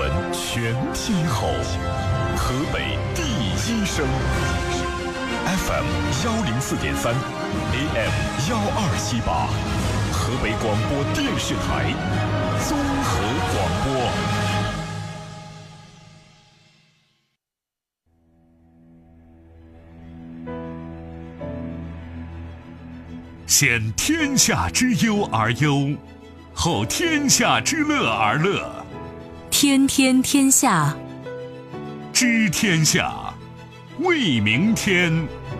闻全天候，河北第一声 ，FM 104.3 ，AM 1278，河北广播电视台综合广播。先天下之忧而忧，后天下之乐而乐。 天天天下， 知天下，为明天。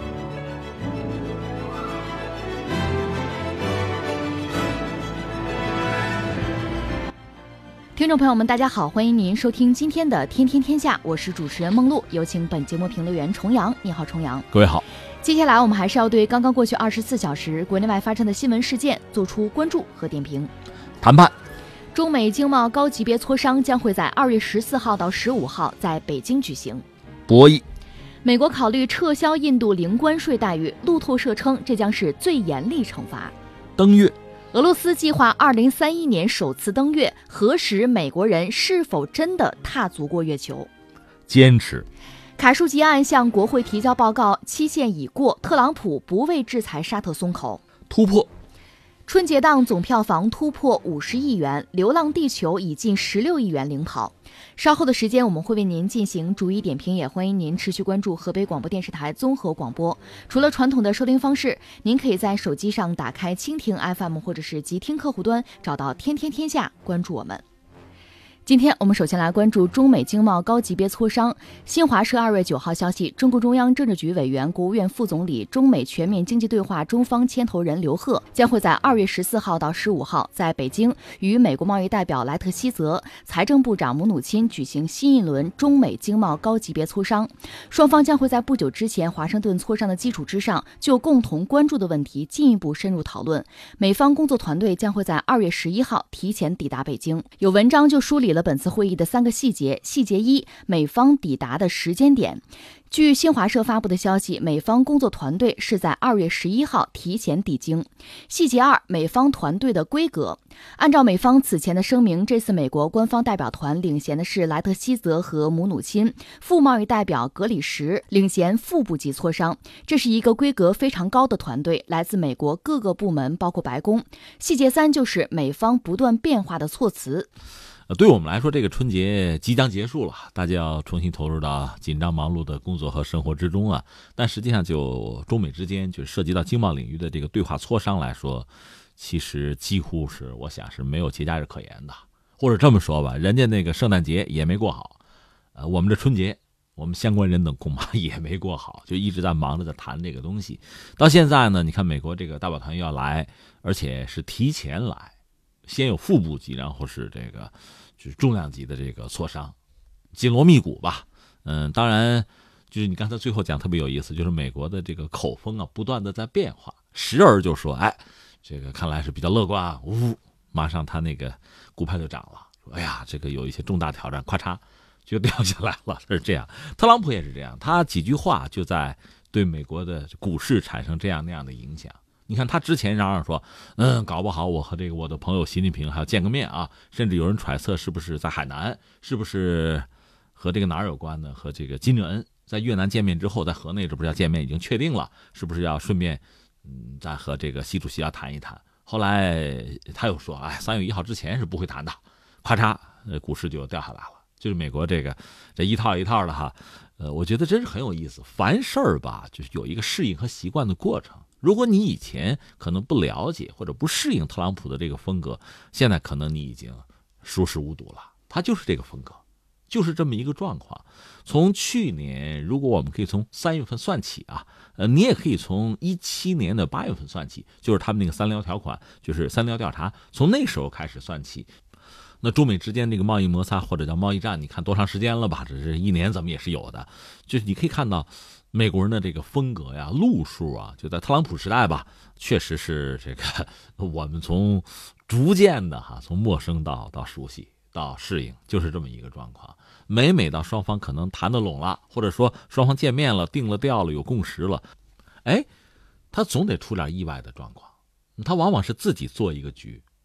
听众朋友们，大家好，欢迎您收听今天的《天天天下》，我是主持人梦露，有请本节目评论员重阳。你好，重阳。 各位好。 接下来我们还是要对刚刚过去24小时国内外发生的新闻事件做出关注和点评。 谈判， 中美经贸高级别磋商将会在2月14号到15号在北京举行。 博弈， 美国考虑撤销印度零关税待遇，路透社称这将是最严厉惩罚。 登月， 俄罗斯计划2031年首次登月，核实美国人是否真的踏足过月球。 坚持， 卡舒吉案向国会提交报告，期限已过，特朗普不为制裁沙特松口。 突破， 春节档总票房突破50亿元，《流浪地球》已近16亿元领跑。稍后的时间我们会为您进行逐一点评，也欢迎您持续关注河北广播电视台综合广播。除了传统的收听方式，您可以在手机上打开蜻蜓 FM 或者是极听客户端，找到天天天下，关注我们。今天我们首先来关注中美经贸高级别磋商。新华社2月9号消息，中共中央政治局委员、国务院副总理、中美全面经济对话中方牵头人刘鹤将会在2月14号到15号在北京与美国贸易代表莱特希泽、财政部长姆努钦举行新一轮中美经贸高级别磋商。双方将会在不久之前华盛顿磋商的基础之上，就共同关注的问题进一步深入讨论。美方工作团队将会在2月11号提前抵达北京。有文章就梳理了本次会议的3个细节。细节1，美方抵达的时间点。据新华社发布的消息，美方工作团队是在2月11号提前抵京。细节2，美方团队的规格。按照美方此前的声明，这次美国官方代表团领衔的是莱特希泽和姆努钦，副贸易代表格里什领衔副部级磋商。这是一个规格非常高的团队，来自美国各个部门，包括白宫。细节3就是美方不断变化的措辞。 对我们来说，这个春节即将结束了，大家要重新投入到紧张忙碌的工作和生活之中啊。但实际上，就中美之间就涉及到经贸领域的这个对话磋商来说，其实几乎是我想是没有节假日可言的。或者这么说吧，人家那个圣诞节也没过好，我们这春节，我们相关人等恐怕也没过好，就一直在忙着在谈这个东西。到现在呢，你看美国这个代表团要来，而且是提前来，先有副部级，然后是这个就是重量级的这个磋商，紧锣密鼓吧。当然，就是你刚才最后讲特别有意思，就是美国的这个口风啊，不断的在变化，时而就说，哎，这个看来是比较乐观啊，马上他那个股票就涨了，说，哎呀，这个有一些重大挑战，咔嚓就掉下来了，是这样。特朗普也是这样，他几句话就在对美国的股市产生这样那样的影响。你看他之前嚷嚷说，搞不好我和这个我的朋友习近平还要见个面啊，甚至有人揣测是不是在海南，是不是和这个哪儿有关呢？和这个金正恩在越南见面之后，在河内这不是要见面，已经确定了，是不是要顺便再和这个习主席要谈一谈？后来他又说，3月1号之前是不会谈的，咔嚓，股市就掉下来了。就是美国这一套一套的哈，我觉得真是很有意思。凡事儿吧，就是有一个适应和习惯的过程。如果你以前可能不了解或者不适应特朗普的这个风格，现在可能你已经熟视无睹了。他就是这个风格，就是这么一个状况。从去年，如果我们可以从3月份算起啊，你也可以从17年的8月份算起，就是他们那个3聊条款，就是3聊调查，从那时候开始算起。那中美之间这个贸易摩擦或者叫贸易战，你看多长时间了吧？这是1年怎么也是有的。就是你可以看到美国人的这个风格呀、路数啊，就在特朗普时代吧，确实是这个我们从逐渐的从陌生到熟悉到适应，就是这么一个状况。每到双方可能谈得拢了，或者说双方见面了、定了调了、有共识了，他总得出点意外的状况。他往往是自己做一个局，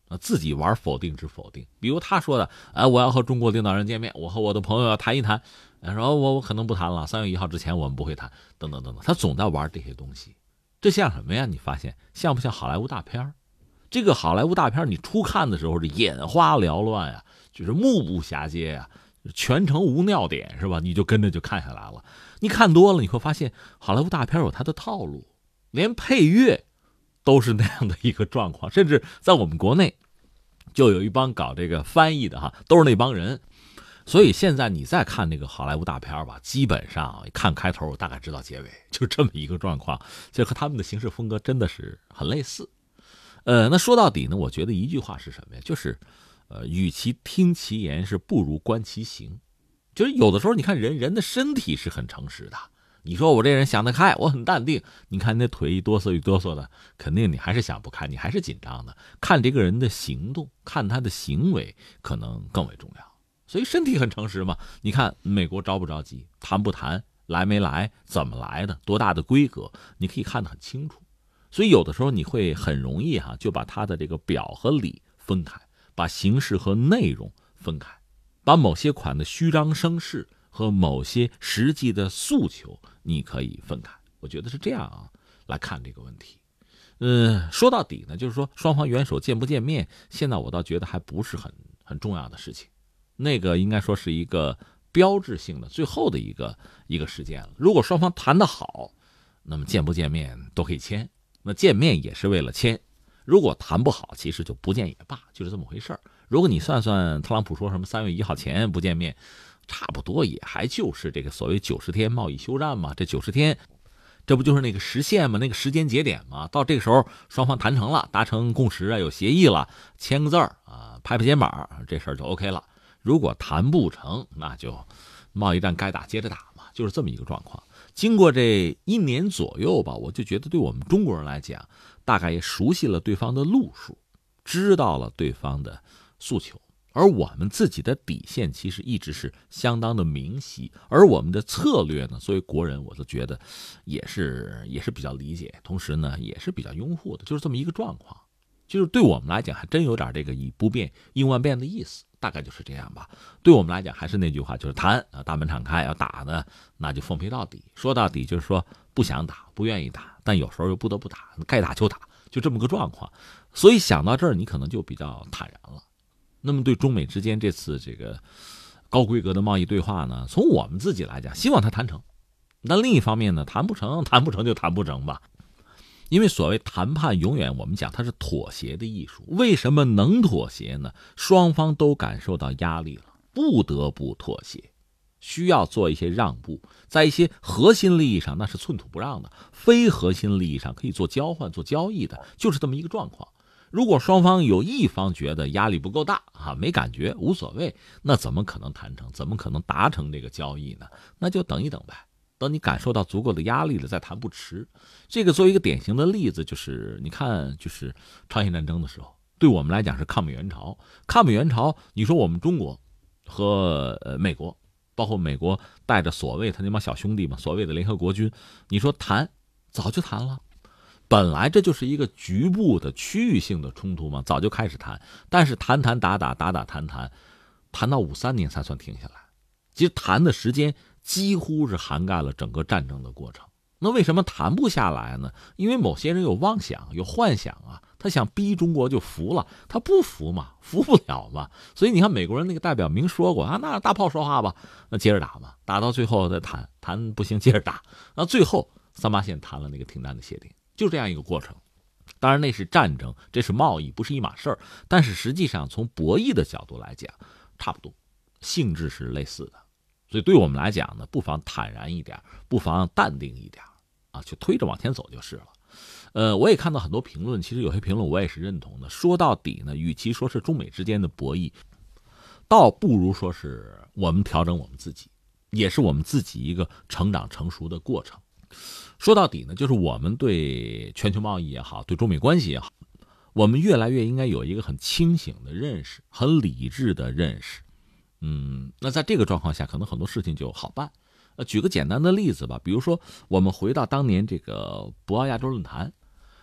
自己玩否定之否定。比如他说的，我要和中国领导人见面，我和我的朋友要谈一谈，说我可能不谈了，3月1号之前我们不会谈，等等等等，他总在玩这些东西。这像什么呀？你发现像不像好莱坞大片？这个好莱坞大片你初看的时候是眼花缭乱呀，就是目不暇接呀，全程无尿点是吧？你就跟着就看下来了。你看多了，你会发现好莱坞大片有它的套路，连配乐都是那样的一个状况，甚至在我们国内就有一帮搞这个翻译的哈，都是那帮人。所以现在你再看那个好莱坞大片吧，基本上看开头大概知道结尾，就这么一个状况，这和他们的行事风格真的是很类似。那说到底呢，我觉得一句话是什么呀？就是与其听其言，是不如观其行。就是有的时候你看人的身体是很诚实的，你说我这人想得开，我很淡定，你看那腿一哆嗦一哆嗦的，肯定你还是想不开，你还是紧张的。看这个人的行动，看他的行为可能更为重要。所以身体很诚实嘛，你看美国着不着急，谈不谈，来没来，怎么来的，多大的规格，你可以看得很清楚。所以有的时候你会很容易就把他的这个表和里分开，把形式和内容分开，把某些款的虚张声势和某些实际的诉求你可以分开。我觉得是这样来看这个问题。说到底呢，就是说双方元首见不见面，现在我倒觉得还不是很重要的事情。那个应该说是一个标志性的最后的一个事件了。如果双方谈得好，那么见不见面都可以签，那见面也是为了签。如果谈不好，其实就不见也罢，就是这么回事儿。如果你算算特朗普说什么3月1号前不见面，差不多也还就是这个所谓90天贸易休战嘛。这90天，这不就是那个时限嘛，那个时间节点嘛。到这个时候，双方谈成了，达成共识有协议了，签个字儿拍拍肩膀，这事儿就 OK 了。如果谈不成，那就贸易战该打接着打嘛，就是这么一个状况。经过这1年左右吧，我就觉得对我们中国人来讲，大概也熟悉了对方的路数，知道了对方的诉求，而我们自己的底线其实一直是相当的明晰，而我们的策略呢，作为国人，我就觉得也是比较理解，同时呢也是比较拥护的，就是这么一个状况。就是对我们来讲还真有点这个以不变应万变的意思，大概就是这样吧。对我们来讲还是那句话，就是谈大门敞开，要打呢那就奉陪到底。说到底就是说不想打，不愿意打，但有时候又不得不打，该打就打，就这么个状况。所以想到这儿，你可能就比较坦然了。那么对中美之间这次这个高规格的贸易对话呢，从我们自己来讲，希望它谈成。那另一方面呢，谈不成就谈不成吧。因为所谓谈判，永远我们讲它是妥协的艺术。为什么能妥协呢？双方都感受到压力了，不得不妥协，需要做一些让步。在一些核心利益上，那是寸土不让的；非核心利益上可以做交换、做交易的，就是这么一个状况。如果双方有一方觉得压力不够大没感觉，无所谓，那怎么可能谈成？怎么可能达成这个交易呢？那就等一等呗。等你感受到足够的压力了，再谈不迟。这个作为一个典型的例子，就是你看，就是朝鲜战争的时候，对我们来讲是抗美援朝。抗美援朝，你说我们中国和美国，包括美国带着所谓他那帮小兄弟嘛，所谓的联合国军，你说谈，早就谈了。本来这就是一个局部的区域性的冲突嘛，早就开始谈。但是谈谈打打打打谈谈，谈到53年才算停下来。其实谈的时间几乎是涵盖了整个战争的过程。那为什么谈不下来呢？因为某些人有妄想，有幻想他想逼中国就服了，他不服嘛，服不了嘛。所以你看美国人那个代表明说过那大炮说话吧，那接着打嘛，打到最后再谈不行接着打，那最后38线谈了那个停战的协定，就这样一个过程。当然那是战争，这是贸易，不是一码事儿，但是实际上从博弈的角度来讲差不多，性质是类似的。所以对我们来讲呢，不妨坦然一点，不妨淡定一点去推着往前走就是了。我也看到很多评论，其实有些评论我也是认同的。说到底呢，与其说是中美之间的博弈，倒不如说是我们调整我们自己，也是我们自己一个成长成熟的过程。说到底呢，就是我们对全球贸易也好，对中美关系也好，我们越来越应该有一个很清醒的认识，很理智的认识。那在这个状况下，可能很多事情就好办。举个简单的例子吧，比如说我们回到当年这个博鳌亚洲论坛，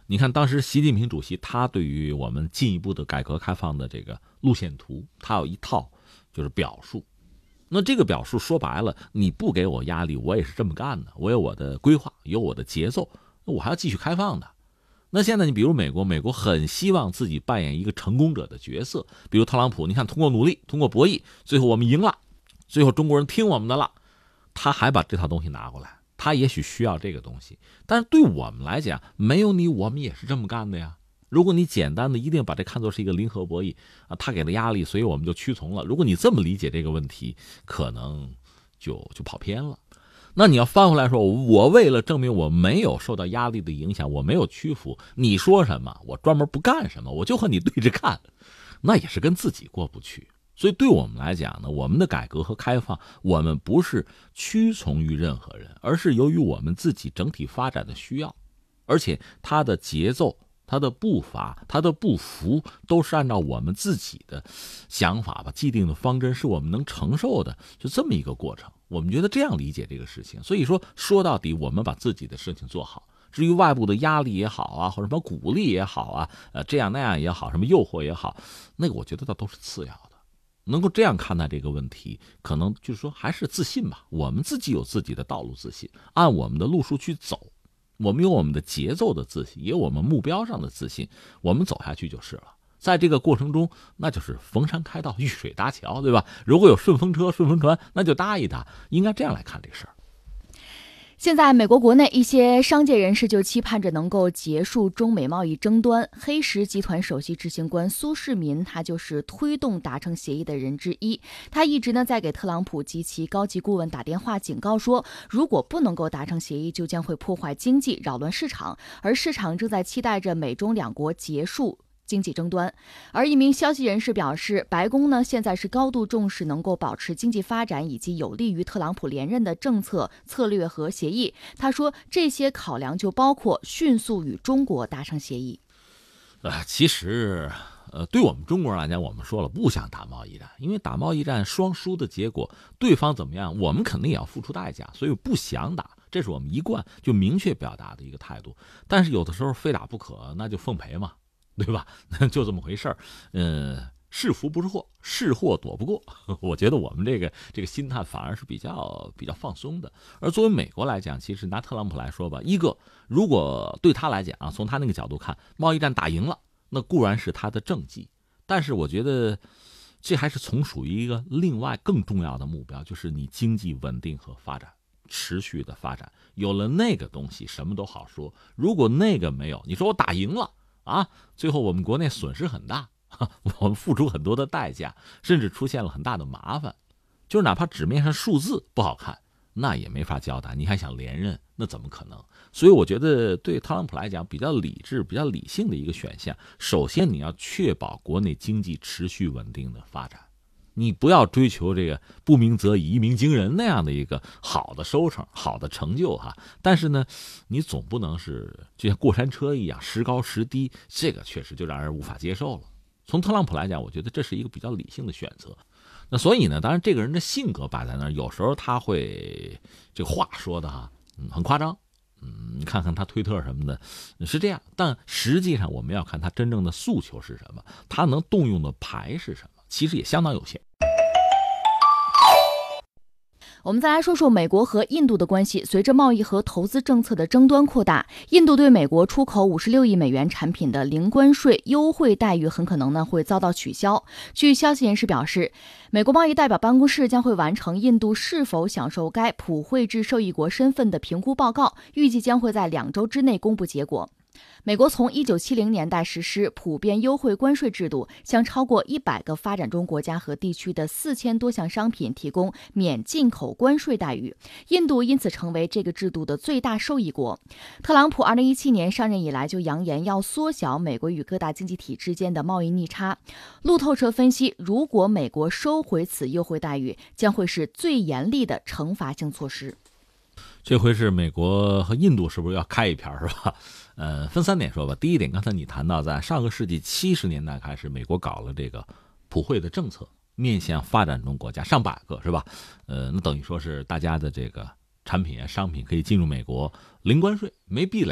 你看当时习近平主席他对于我们进一步的改革开放的这个路线图，他有一套就是表述。那这个表述说白了，你不给我压力，我也是这么干的，我有我的规划，有我的节奏，我还要继续开放的。那现在你比如美国很希望自己扮演一个成功者的角色，比如特朗普，你看通过努力，通过博弈，最后我们赢了，最后中国人听我们的了，他还把这套东西拿过来，他也许需要这个东西，但是对我们来讲，没有你我们也是这么干的呀。如果你简单的一定把这看作是一个零和博弈啊，他给了压力，所以我们就屈从了。如果你这么理解这个问题，可能就跑偏了。那你要翻回来说，我为了证明我没有受到压力的影响，我没有屈服，你说什么我专门不干什么，我就和你对着干，那也是跟自己过不去。所以对我们来讲呢，我们的改革和开放，我们不是屈从于任何人，而是由于我们自己整体发展的需要，而且它的节奏、它的步伐、它的步幅都是按照我们自己的想法吧，既定的方针是我们能承受的，就这么一个过程。我们觉得这样理解这个事情，所以说到底，我们把自己的事情做好。至于外部的压力也好啊，或者什么鼓励也好啊，这样那样也好，什么诱惑也好，那个我觉得它都是次要的。能够这样看待这个问题，可能就是说还是自信吧。我们自己有自己的道路自信，按我们的路数去走。我们有我们的节奏的自信，也有我们目标上的自信，我们走下去就是了。在这个过程中，那就是逢山开道，遇水搭桥，对吧？如果有顺风车、顺风船，那就搭一搭，应该这样来看这事儿。 现在美国国内一些商界人士就期盼着能够结束中美贸易争端。黑石集团首席执行官苏世民，他就是推动达成协议的人之一。他一直在给特朗普及其高级顾问打电话，警告说，如果不能够达成协议，就将会破坏经济，扰乱市场。而市场正在期待着美中两国结束经济争端。而一名消息人士表示，白宫呢现在是高度重视能够保持经济发展以及有利于特朗普连任的政策策略和协议。他说，这些考量就包括迅速与中国达成协议。 其实对我们中国人来讲，我们说了不想打贸易战，因为打贸易战双输的结果，对方怎么样，我们肯定也要付出代价，所以不想打，这是我们一贯就明确表达的一个态度。但是有的时候非打不可，那就奉陪嘛，对吧？就这么回事儿。是福不是祸，是祸躲不过。我觉得我们这个心态反而是比较放松的。而作为美国来讲，其实拿特朗普来说吧，一个如果对他来讲啊，从他那个角度看，贸易战打赢了，那固然是他的政绩，但是我觉得这还是从属于一个另外更重要的目标，就是你经济稳定和发展，持续的发展。有了那个东西，什么都好说。如果那个没有，你说我打赢了啊，最后我们国内损失很大，我们付出很多的代价，甚至出现了很大的麻烦，就是哪怕纸面上数字不好看，那也没法交代。你还想连任，那怎么可能？所以我觉得对特朗普来讲，比较理智、比较理性的一个选项，首先你要确保国内经济持续稳定的发展，你不要追求这个不鸣则已，一鸣惊人那样的一个好的收成、好的成就哈。但是呢，你总不能是就像过山车一样时高时低，这个确实就让人无法接受了。从特朗普来讲，我觉得这是一个比较理性的选择。那所以呢，当然这个人的性格摆在那儿，有时候他会这个话说的很夸张，你看看他推特什么的是这样，但实际上我们要看他真正的诉求是什么，他能动用的牌是什么，其实也相当有限。 我们再来说说美国和印度的关系。随着贸易和投资政策的争端扩大，印度对美国出口56亿美元产品的零关税优惠待遇很可能会遭到取消。据消息人士表示，美国贸易代表办公室将会完成印度是否享受该普惠制受益国身份的评估报告，预计将会在2周之内公布结果。美国从1970年代实施普遍优惠关税制度，向超过100个发展中国家和地区的4000多项商品提供免进口关税待遇。印度因此成为这个制度的最大受益国。特朗普2017年上任以来就扬言要缩小美国与各大经济体之间的贸易逆差。路透社分析，如果美国收回此优惠待遇，将会是最严厉的惩罚性措施。 这回是美国和印度是不是要开一片是吧？分3点说吧。第一点，刚才你谈到，在上个世纪70年代开始，美国搞了这个普惠的政策，面向发展中国家上百个是吧？那等于说是大家的这个产品啊、商品可以进入美国零关税、没壁垒。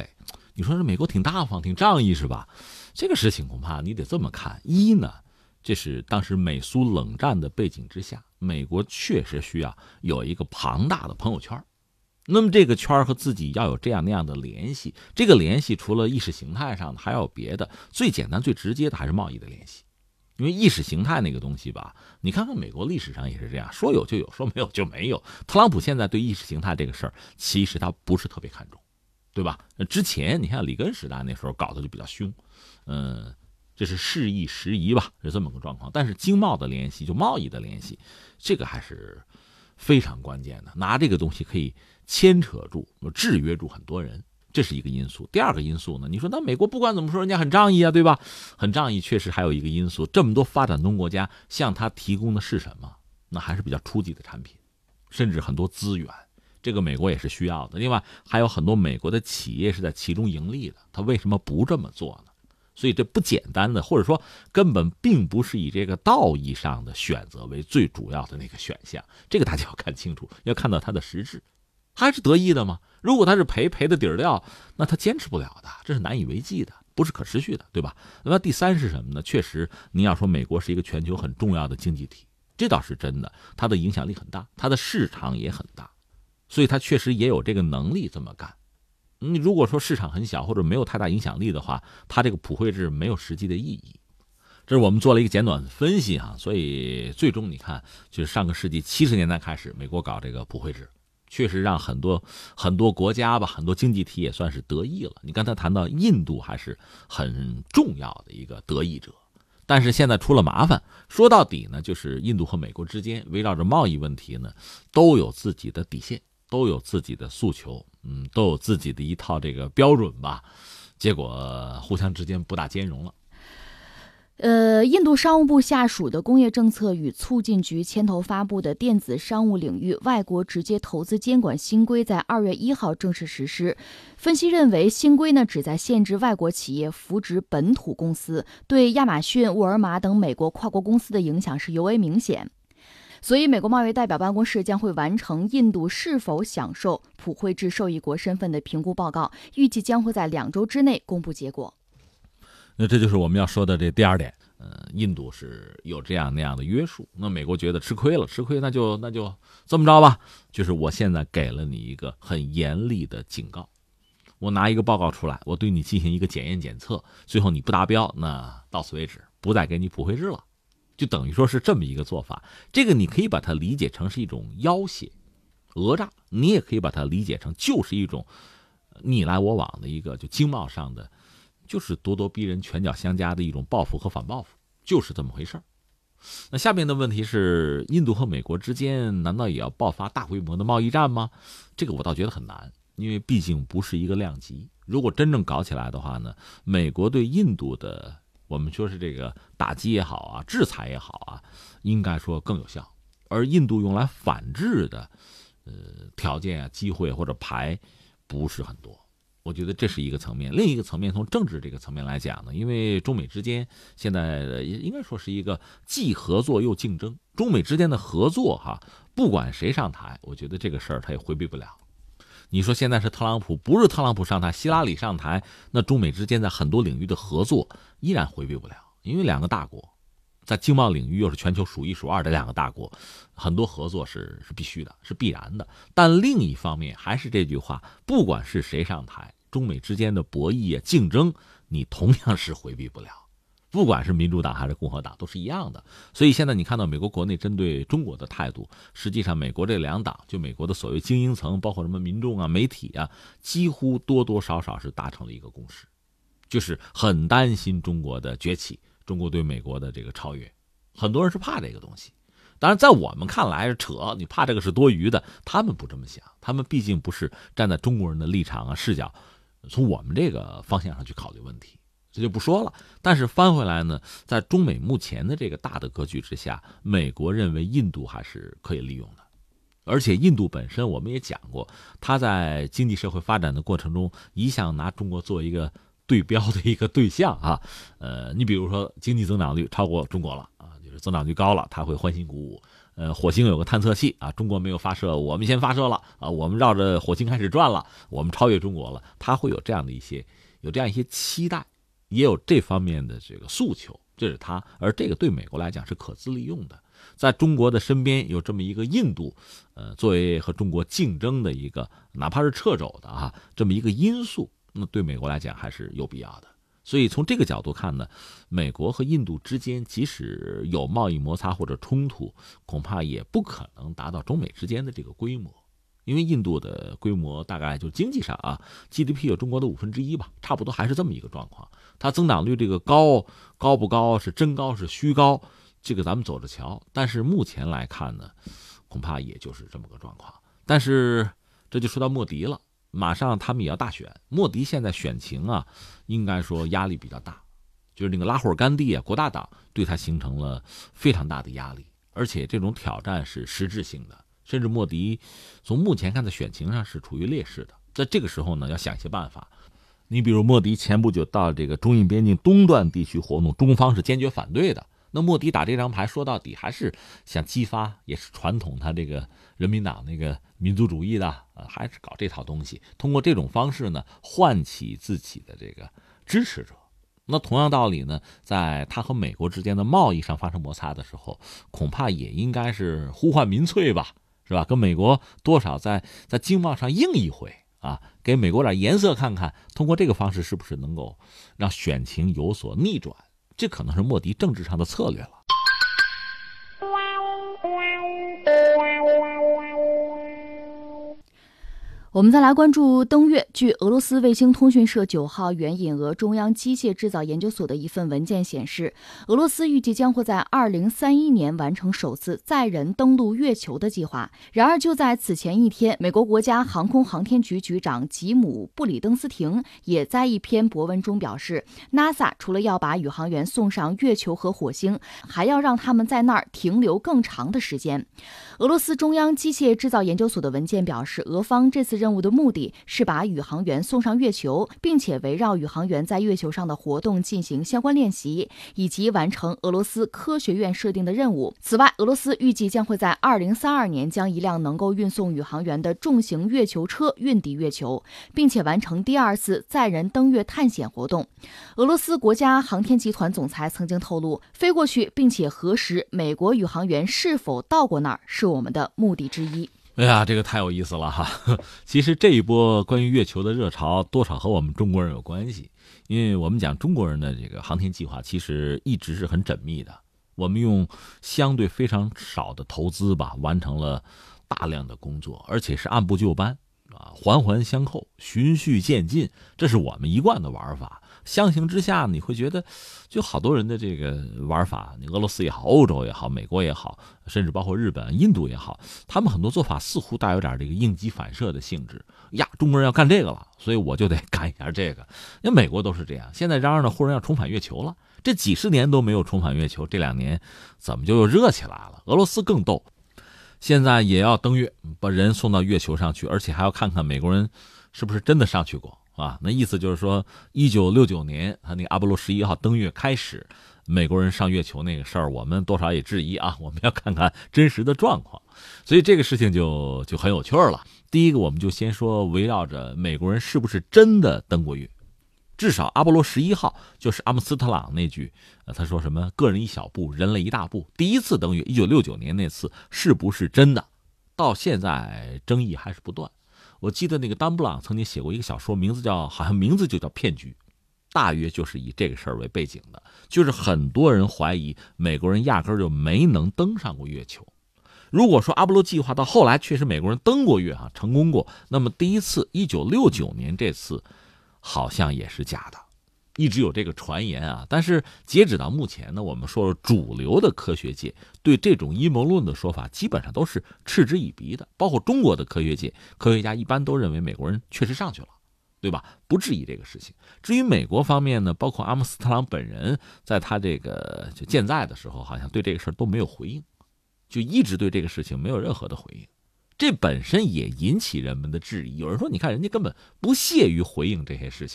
你说这美国挺大方挺仗义是吧？这个事情恐怕你得这么看，一呢，这是当时美苏冷战的背景之下，美国确实需要有一个庞大的朋友圈，那么这个圈和自己要有这样那样的联系，这个联系除了意识形态上的还要有别的，最简单最直接的还是贸易的联系。因为意识形态那个东西吧，你看看美国历史上也是这样，说有就有，说没有就没有。特朗普现在对意识形态这个事儿，其实他不是特别看重，对吧？之前你看里根时代那时候搞的就比较凶，这是事易时移吧，是这么个状况。但是经贸的联系，就贸易的联系，这个还是非常关键的，拿这个东西可以牵扯住、制约住很多人。这是一个因素。第二个因素呢，你说那美国不管怎么说人家很仗义啊，对吧？很仗义，确实还有一个因素，这么多发展中国家向他提供的是什么？那还是比较初级的产品，甚至很多资源，这个美国也是需要的。另外还有很多美国的企业是在其中盈利的，他为什么不这么做呢？所以这不简单的，或者说根本并不是以这个道义上的选择为最主要的那个选项，这个大家要看清楚，要看到它的实质。还是得意的吗？如果他是赔的底儿掉，那他坚持不了的，这是难以为继的，不是可持续的，对吧？那么第三是什么呢？确实，你要说美国是一个全球很重要的经济体，这倒是真的，它的影响力很大，它的市场也很大，所以它确实也有这个能力这么干。你如果说市场很小或者没有太大影响力的话，它这个普惠制没有实际的意义。这是我们做了一个简短的分析哈，所以最终你看，就是上个世纪70年代开始，美国搞这个普惠制。确实让很多国家吧，很多经济体也算是得益了。你刚才谈到印度还是很重要的一个得益者，但是现在出了麻烦。说到底呢，就是印度和美国之间围绕着贸易问题呢，都有自己的底线，都有自己的诉求，都有自己的一套这个标准吧。结果互相之间不大兼容了。 印度商务部下属的工业政策与促进局牵头发布的电子商务领域外国直接投资监管新规在2月1号正式实施。分析认为，新规呢旨在限制外国企业扶植本土公司，对亚马逊、沃尔玛等美国跨国公司的影响是尤为明显。所以，美国贸易代表办公室将会完成印度是否享受普惠制受益国身份的评估报告，预计将会在2周之内公布结果。 那这就是我们要说的这第二点，印度是有这样那样的约束，那美国觉得吃亏了，那就这么着吧，就是我现在给了你一个很严厉的警告，我拿一个报告出来，我对你进行一个检验检测，最后你不达标，那到此为止，不再给你普惠制了，就等于说是这么一个做法。这个你可以把它理解成是一种要挟、讹诈，你也可以把它理解成就是一种你来我往的一个就经贸上的。就是咄咄逼人、拳脚相加的一种报复和反报复，就是这么回事儿。那下面的问题是，印度和美国之间难道也要爆发大规模的贸易战吗？这个我倒觉得很难，因为毕竟不是一个量级。如果真正搞起来的话呢，美国对印度的我们说是这个打击也好啊，制裁也好啊，应该说更有效。而印度用来反制的条件啊、机会或者牌不是很多。我觉得这是一个层面，另一个层面从政治这个层面来讲呢，因为中美之间现在应该说是一个既合作又竞争，中美之间的合作哈，不管谁上台，我觉得这个事儿他也回避不了。你说现在是特朗普，不是特朗普上台，希拉里上台，那中美之间在很多领域的合作依然回避不了，因为两个大国在经贸领域又是全球数1数2的两个大国，很多合作是必须的，是必然的。但另一方面还是这句话，不管是谁上台，中美之间的博弈啊、竞争，你同样是回避不了。不管是民主党还是共和党都是一样的。所以现在你看到美国国内针对中国的态度，实际上美国这两党，就美国的所谓精英层，包括什么民众啊、媒体啊，几乎多多少少是达成了一个共识，就是很担心中国的崛起，中国对美国的这个超越，很多人是怕这个东西。当然在我们看来是扯，你怕这个是多余的，他们不这么想，他们毕竟不是站在中国人的立场啊、视角，从我们这个方向上去考虑问题，这就不说了。但是翻回来呢，在中美目前的这个大的格局之下，美国认为印度还是可以利用的。而且印度本身我们也讲过，它在经济社会发展的过程中，一向拿中国作为一个对标的一个对象啊。你比如说经济增长率超过中国了啊，就是增长率高了，他会欢欣鼓舞。火星有个探测器啊，中国没有发射，我们先发射了啊，我们绕着火星开始转了，我们超越中国了，他会有这样一些期待，也有这方面的这个诉求，这是他，而这个对美国来讲是可资利用的。在中国的身边有这么一个印度，作为和中国竞争的一个，哪怕是掣肘的啊，这么一个因素，那对美国来讲还是有必要的。所以从这个角度看呢，美国和印度之间即使有贸易摩擦或者冲突，恐怕也不可能达到中美之间的这个规模，因为印度的规模大概就经济上啊 ，GDP 有中国的1/5吧，差不多还是这么一个状况。它增长率这个高不高，是真高是虚高，这个咱们走着瞧。但是目前来看呢，恐怕也就是这么个状况。但是这就说到莫迪了。马上他们也要大选，莫迪现在选情啊，应该说压力比较大，就是那个拉霍尔甘地啊，国大党对他形成了非常大的压力，而且这种挑战是实质性的，甚至莫迪从目前看在选情上是处于劣势的。在这个时候呢，要想一些办法。你比如莫迪前不久到这个中印边境东段地区活动，中方是坚决反对的。那莫迪打这张牌说到底还是想激发，也是传统他这个人民党那个民族主义的还是搞这套东西，通过这种方式呢唤起自己的这个支持者。那同样道理呢，在他和美国之间的贸易上发生摩擦的时候，恐怕也应该是呼唤民粹吧，是吧？跟美国多少在经贸上硬一回啊，给美国点颜色看看，通过这个方式是不是能够让选情有所逆转。这可能是莫迪政治上的策略了。 我们再来关注登月。据俄罗斯卫星通讯社9号援引俄中央机械制造研究所的一份文件显示，俄罗斯预计将会在2031年完成首次载人登陆月球的计划。然而就在此前一天，美国国家航空航天局局长吉姆·布里登斯廷也在一篇博文中表示， NASA 除了要把宇航员送上月球和火星，还要让他们在那儿停留更长的时间。俄罗斯中央机械制造研究所的文件表示，俄方这次任务的目的是把宇航员送上月球，并且围绕宇航员在月球上的活动进行相关练习，以及完成俄罗斯科学院设定的任务。此外，俄罗斯预计将会在2032年将一辆能够运送宇航员的重型月球车运抵月球，并且完成第2次载人登月探险活动。俄罗斯国家航天集团总裁曾经透露，飞过去并且核实美国宇航员是否到过那儿是我们的目的之一。 哎呀，这个太有意思了哈！其实这一波关于月球的热潮，多少和我们中国人有关系，因为我们讲中国人的这个航天计划，其实一直是很缜密的。我们用相对非常少的投资吧，完成了大量的工作，而且是按部就班啊，环环相扣，循序渐进，这是我们一贯的玩法。相形之下，你会觉得就好多人的这个玩法，你俄罗斯也好，欧洲也好，美国也好，甚至包括日本、印度也好，他们很多做法似乎带有点这个应激反射的性质呀。中国人要干这个了，所以我就得干一下这个。因为美国都是这样，现在嚷嚷着忽然要重返月球了，这几十年都没有重返月球，这2年怎么就又热起来了？俄罗斯更逗，现在也要登月，把人送到月球上去，而且还要看看美国人是不是真的上去过。那意思就是说，1969年他那个阿波罗11号登月开始，美国人上月球那个事儿，我们多少也质疑啊，我们要看看真实的状况。所以这个事情就很有趣了。第一个，我们就先说围绕着美国人是不是真的登过月。至少阿波罗11号就是阿姆斯特朗那句，他说什么个人一小步，人类一大步。第一次登月1969年那次是不是真的，到现在争议还是不断。我记得那个丹布朗曾经写过一个小说，好像名字就叫《骗局》，大约就是以这个事儿为背景的，就是很多人怀疑美国人压根儿就没能登上过月球。如果说阿波罗计划到后来确实美国人登过月成功过，那么第一次1969年这次好像也是假的，一直有这个传言啊。但是截止到目前呢，我们说主流的科学界对这种阴谋论的说法基本上都是嗤之以鼻的，包括中国的科学界，科学家一般都认为美国人确实上去了，对吧？不质疑这个事情。至于美国方面呢，包括阿姆斯特朗本人在他这个就健在的时候，好像对这个事儿都没有回应，就一直对这个事情没有任何的回应。这本身也引起人们的质疑。有人说，你看人家根本不屑于回应这些事情，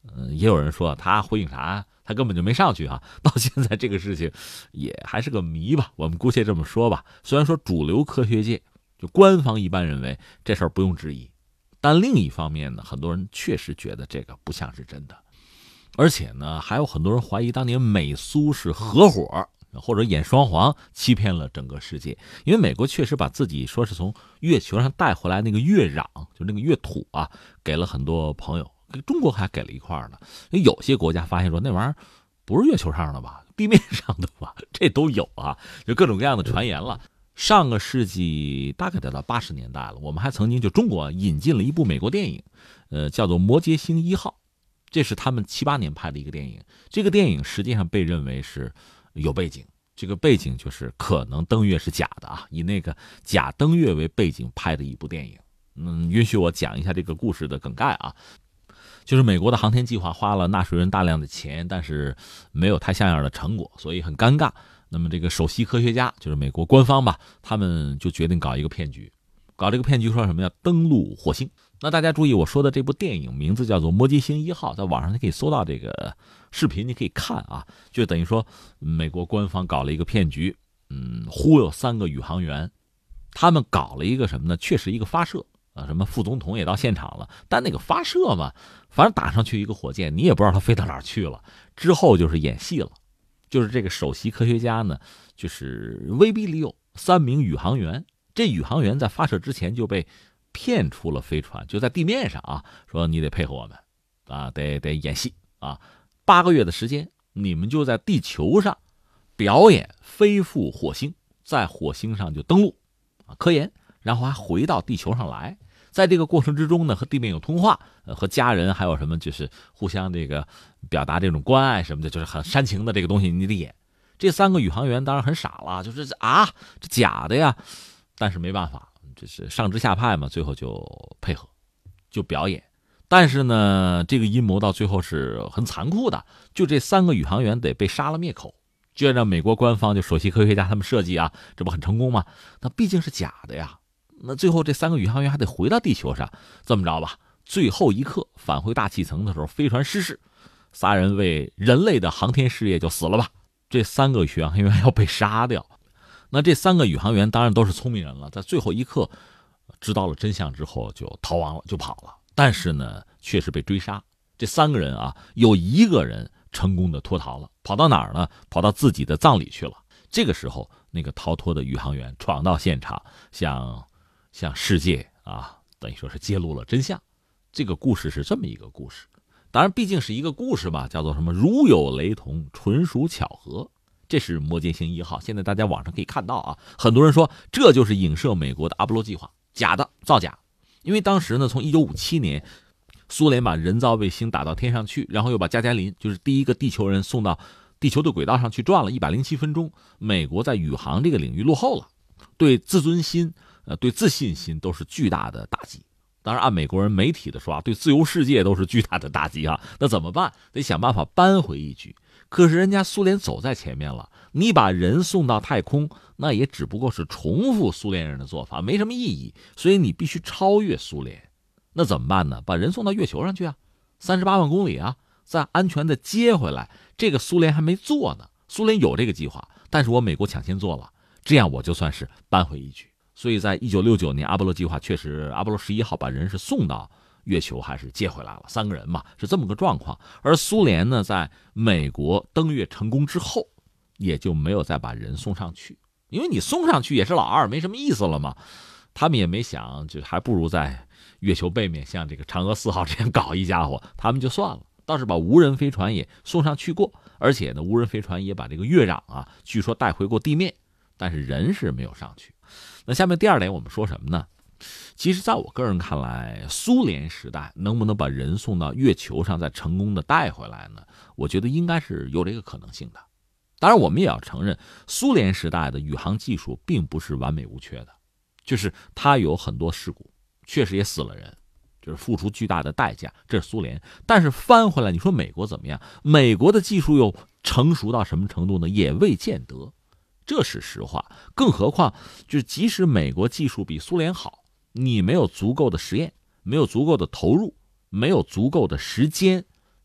也有人说他回应啥，他根本就没上去啊。到现在这个事情也还是个谜吧，我们姑且这么说吧。虽然说主流科学界就官方一般认为这事儿不用质疑，但另一方面呢，很多人确实觉得这个不像是真的。而且呢，还有很多人怀疑当年美苏是合伙或者演双簧，欺骗了整个世界。因为美国确实把自己说是从月球上带回来那个月壤，就那个月土啊，给了很多朋友，给中国还给了一块呢。有些国家发现说那玩意儿不是月球上的吧，地面上的吧，这都有啊，就各种各样的传言了。上个世纪大概得到80年代了，我们还曾经就中国引进了一部美国电影，叫做《摩羯星1号》。这是他们78年拍的一个电影，这个电影实际上被认为是有背景，这个背景就是可能登月是假的啊，以那个假登月为背景拍的一部电影。允许我讲一下这个故事的梗概啊，就是美国的航天计划花了纳税人大量的钱，但是没有太像样的成果，所以很尴尬。那么这个首席科学家就是美国官方吧，他们就决定搞一个骗局，搞这个骗局说什么呀？登陆火星。那大家注意，我说的这部电影名字叫做《摩羯星1号》，在网上你可以搜到这个视频，你可以看啊。就等于说，美国官方搞了一个骗局，忽悠3个宇航员，他们搞了一个什么呢？确实一个发射啊，什么副总统也到现场了，但那个发射嘛，反正打上去一个火箭，你也不知道它飞到哪儿去了。之后就是演戏了，就是这个首席科学家呢，就是威逼利诱3名宇航员，这宇航员在发射之前就被骗出了飞船，就在地面上啊，说你得配合我们啊，得演戏啊，8个月的时间，你们就在地球上表演飞赴火星，在火星上就登陆啊，科研，然后还回到地球上来。在这个过程之中呢，和地面有通话，和家人还有什么就是互相这个表达这种关爱什么的，就是很煽情的这个东西你得演。这3个宇航员当然很傻了，就是啊，这假的呀，但是没办法。这是上至下派嘛，最后就配合，就表演。但是呢，这个阴谋到最后是很残酷的，就这3个宇航员得被杀了灭口。就按照美国官方就首席科学家他们设计啊，这不很成功吗？那毕竟是假的呀。那最后这3个宇航员还得回到地球上，这么着吧，最后一刻返回大气层的时候，飞船失事，3人为人类的航天事业就死了吧。这3个宇航员要被杀掉。那这3个宇航员当然都是聪明人了，在最后一刻知道了真相之后就逃亡了，就跑了。但是呢，确实被追杀。这3个人啊，有1个人成功的脱逃了，跑到哪儿呢？跑到自己的葬礼去了。这个时候，那个逃脱的宇航员闯到现场，向世界啊，等于说是揭露了真相。这个故事是这么一个故事，当然毕竟是一个故事吧，叫做什么？如有雷同，纯属巧合。这是摩羯星1号，现在大家网上可以看到啊，很多人说这就是影射美国的阿波罗计划，假的，造假。因为当时呢，从1957年，苏联把人造卫星打到天上去，然后又把加加林，就是第一个地球人送到地球的轨道上去转了107分钟。美国在宇航这个领域落后了，对自尊心、对自信心都是巨大的打击。当然，按美国人媒体的说啊，对自由世界都是巨大的打击啊。那怎么办？得想办法扳回一局。可是人家苏联走在前面了，你把人送到太空，那也只不过是重复苏联人的做法，没什么意义。所以你必须超越苏联。那怎么办呢？把人送到月球上去啊，38万公里啊，再安全的接回来。这个苏联还没做呢，苏联有这个计划，但是我美国抢先做了，这样我就算是扳回一局。所以在1969年，阿波罗计划确实，阿波罗11号把人是送到月球还是接回来了，3个人嘛，是这么个状况。而苏联呢，在美国登月成功之后，也就没有再把人送上去，因为你送上去也是老二，没什么意思了嘛。他们也没想，就还不如在月球背面像这个嫦娥4号这样搞一家伙，他们就算了。倒是把无人飞船也送上去过，而且呢，无人飞船也把这个月壤啊，据说带回过地面，但是人是没有上去。那下面第2点我们说什么呢？其实在我个人看来，苏联时代能不能把人送到月球上再成功的带回来呢？我觉得应该是有这个可能性的。当然我们也要承认，苏联时代的宇航技术并不是完美无缺的，就是它有很多事故，确实也死了人，就是付出巨大的代价，这是苏联。但是翻回来你说美国怎么样？美国的技术又成熟到什么程度呢？也未见得，这是实话。更何况就是即使美国技术比苏联好，你没有足够的实验，没有足够的投入，没有足够的时间，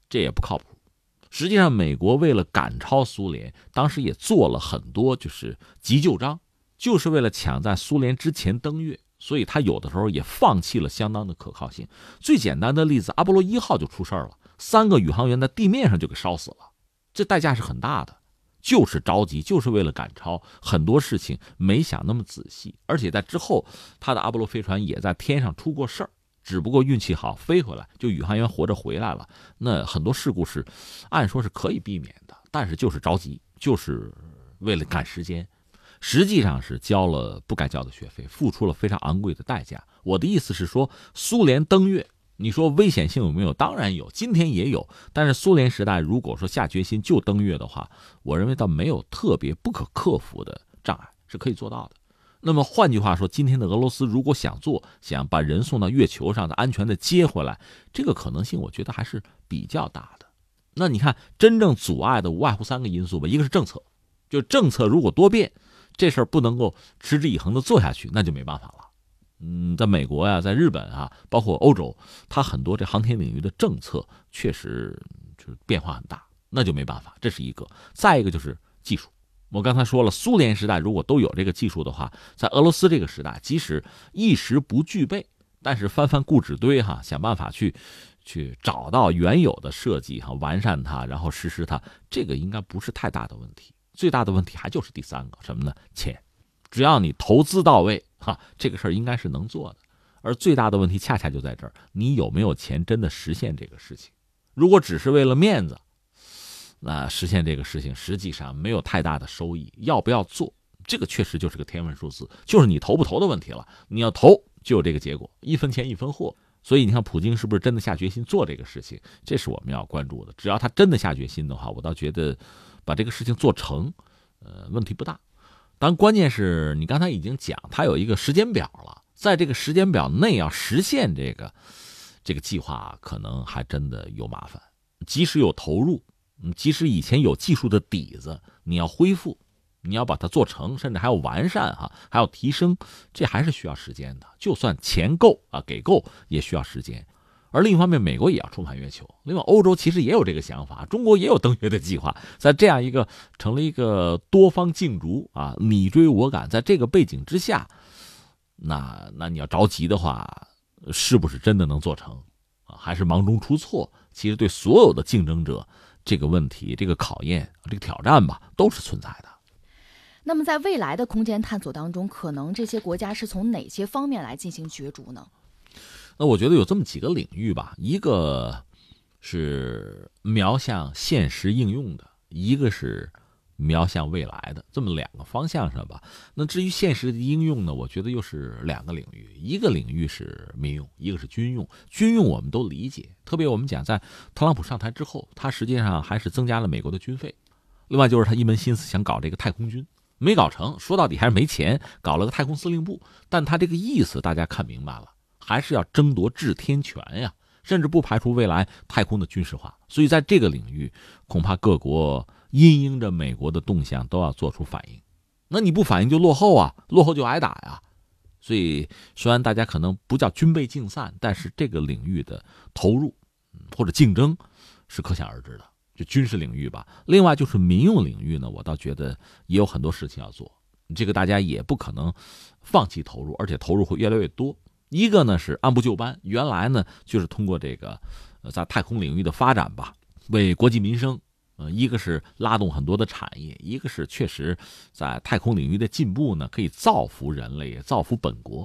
这也不靠谱。实际上美国为了赶超苏联，当时也做了很多就是急救章，就是为了抢在苏联之前登月，所以他有的时候也放弃了相当的可靠性。最简单的例子，阿波罗1号就出事了，3个宇航员在地面上就给烧死了，这代价是很大的，就是着急，就是为了赶超，很多事情没想那么仔细。而且在之后他的阿波罗飞船也在天上出过事儿，只不过运气好，飞回来就宇航员活着回来了。那很多事故是按说是可以避免的，但是就是着急，就是为了赶时间，实际上是交了不该交的学费，付出了非常昂贵的代价。我的意思是说，苏联登月，你说危险性有没有？当然有，今天也有。但是苏联时代如果说下决心就登月的话，我认为倒没有特别不可克服的障碍，是可以做到的。那么换句话说，今天的俄罗斯如果想把人送到月球上，再安全的接回来，这个可能性我觉得还是比较大的。那你看，真正阻碍的无外乎3个因素吧，一个是政策，就政策如果多变，这事儿不能够持之以恒的做下去，那就没办法了。在美国呀，在日本啊，包括欧洲，它很多这航天领域的政策确实就是变化很大，那就没办法，这是一个。再一个就是技术，我刚才说了，苏联时代如果都有这个技术的话，在俄罗斯这个时代，即使一时不具备，但是翻翻故纸堆想办法去找到原有的设计完善它，然后实施它，这个应该不是太大的问题。最大的问题还就是第3个什么呢？钱。只要你投资到位这个事儿应该是能做的。而最大的问题恰恰就在这儿，你有没有钱真的实现这个事情？如果只是为了面子，那实现这个事情实际上没有太大的收益。要不要做，这个确实就是个天文数字，就是你投不投的问题了。你要投就有这个结果，1分钱1分货。所以你看普京是不是真的下决心做这个事情，这是我们要关注的。只要他真的下决心的话，我倒觉得把这个事情做成问题不大。当然关键是你刚才已经讲他有一个时间表了，在这个时间表内要实现这个计划，可能还真的有麻烦。即使有投入，即使以前有技术的底子，你要恢复，你要把它做成，甚至还要完善还要提升，这还是需要时间的。就算钱够给够，也需要时间。而另一方面，美国也要重返月球，另外欧洲其实也有这个想法，中国也有登月的计划。在这样一个成了一个多方竞逐你追我赶，在这个背景之下，那你要着急的话，是不是真的能做成还是忙中出错？其实对所有的竞争者，这个问题、这个考验、这个挑战吧，都是存在的。 那么在未来的空间探索当中，可能这些国家是从哪些方面来进行角逐呢？ 那我觉得有这么几个领域吧，一个是瞄向现实应用的，一个是瞄向未来的，这么2个方向上吧。那至于现实的应用呢，我觉得又是2个领域，一个领域是民用，一个是军用。军用我们都理解，特别我们讲在特朗普上台之后，他实际上还是增加了美国的军费。另外就是他一门心思想搞这个太空军，没搞成，说到底还是没钱，搞了个太空司令部。但他这个意思大家看明白了，还是要争夺制天权呀，甚至不排除未来太空的军事化。所以在这个领域，恐怕各国因应着美国的动向都要做出反应。那你不反应就落后落后就挨打呀。所以虽然大家可能不叫军备竞赛，但是这个领域的投入或者竞争是可想而知的，就军事领域吧。另外就是民用领域呢，我倒觉得也有很多事情要做，这个大家也不可能放弃投入，而且投入会越来越多。一个呢是按部就班，原来呢就是通过这个在太空领域的发展吧，为国计民生，一个是拉动很多的产业，一个是确实在太空领域的进步呢，可以造福人类，也造福本国。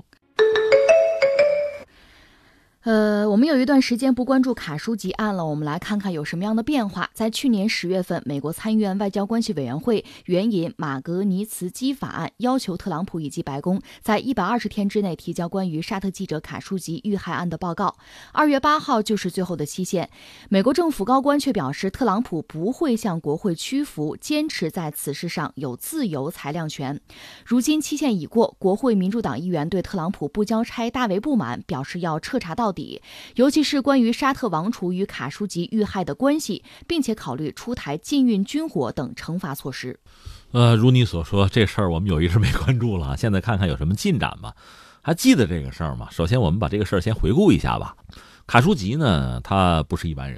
我们有一段时间不关注卡舒吉案了，我们来看看有什么样的变化。在去年10月份，美国参议院外交关系委员会援引马格尼茨基法案，要求特朗普以及白宫在120天之内提交关于沙特记者卡舒吉遇害案的报告。2月8号就是最后的期限。美国政府高官却表示，特朗普不会向国会屈服，坚持在此事上有自由裁量权。如今期限已过，国会民主党议员对特朗普不交差大为不满，表示要彻查到底，尤其是关于沙特王储与卡舒吉遇害的关系，并且考虑出台禁运军火等惩罚措施。 如你所说，这事儿我们有一直没关注了，现在看看有什么进展吧。还记得这个事儿吗？首先我们把这个事儿先回顾一下吧。卡舒吉呢，他不是一般人，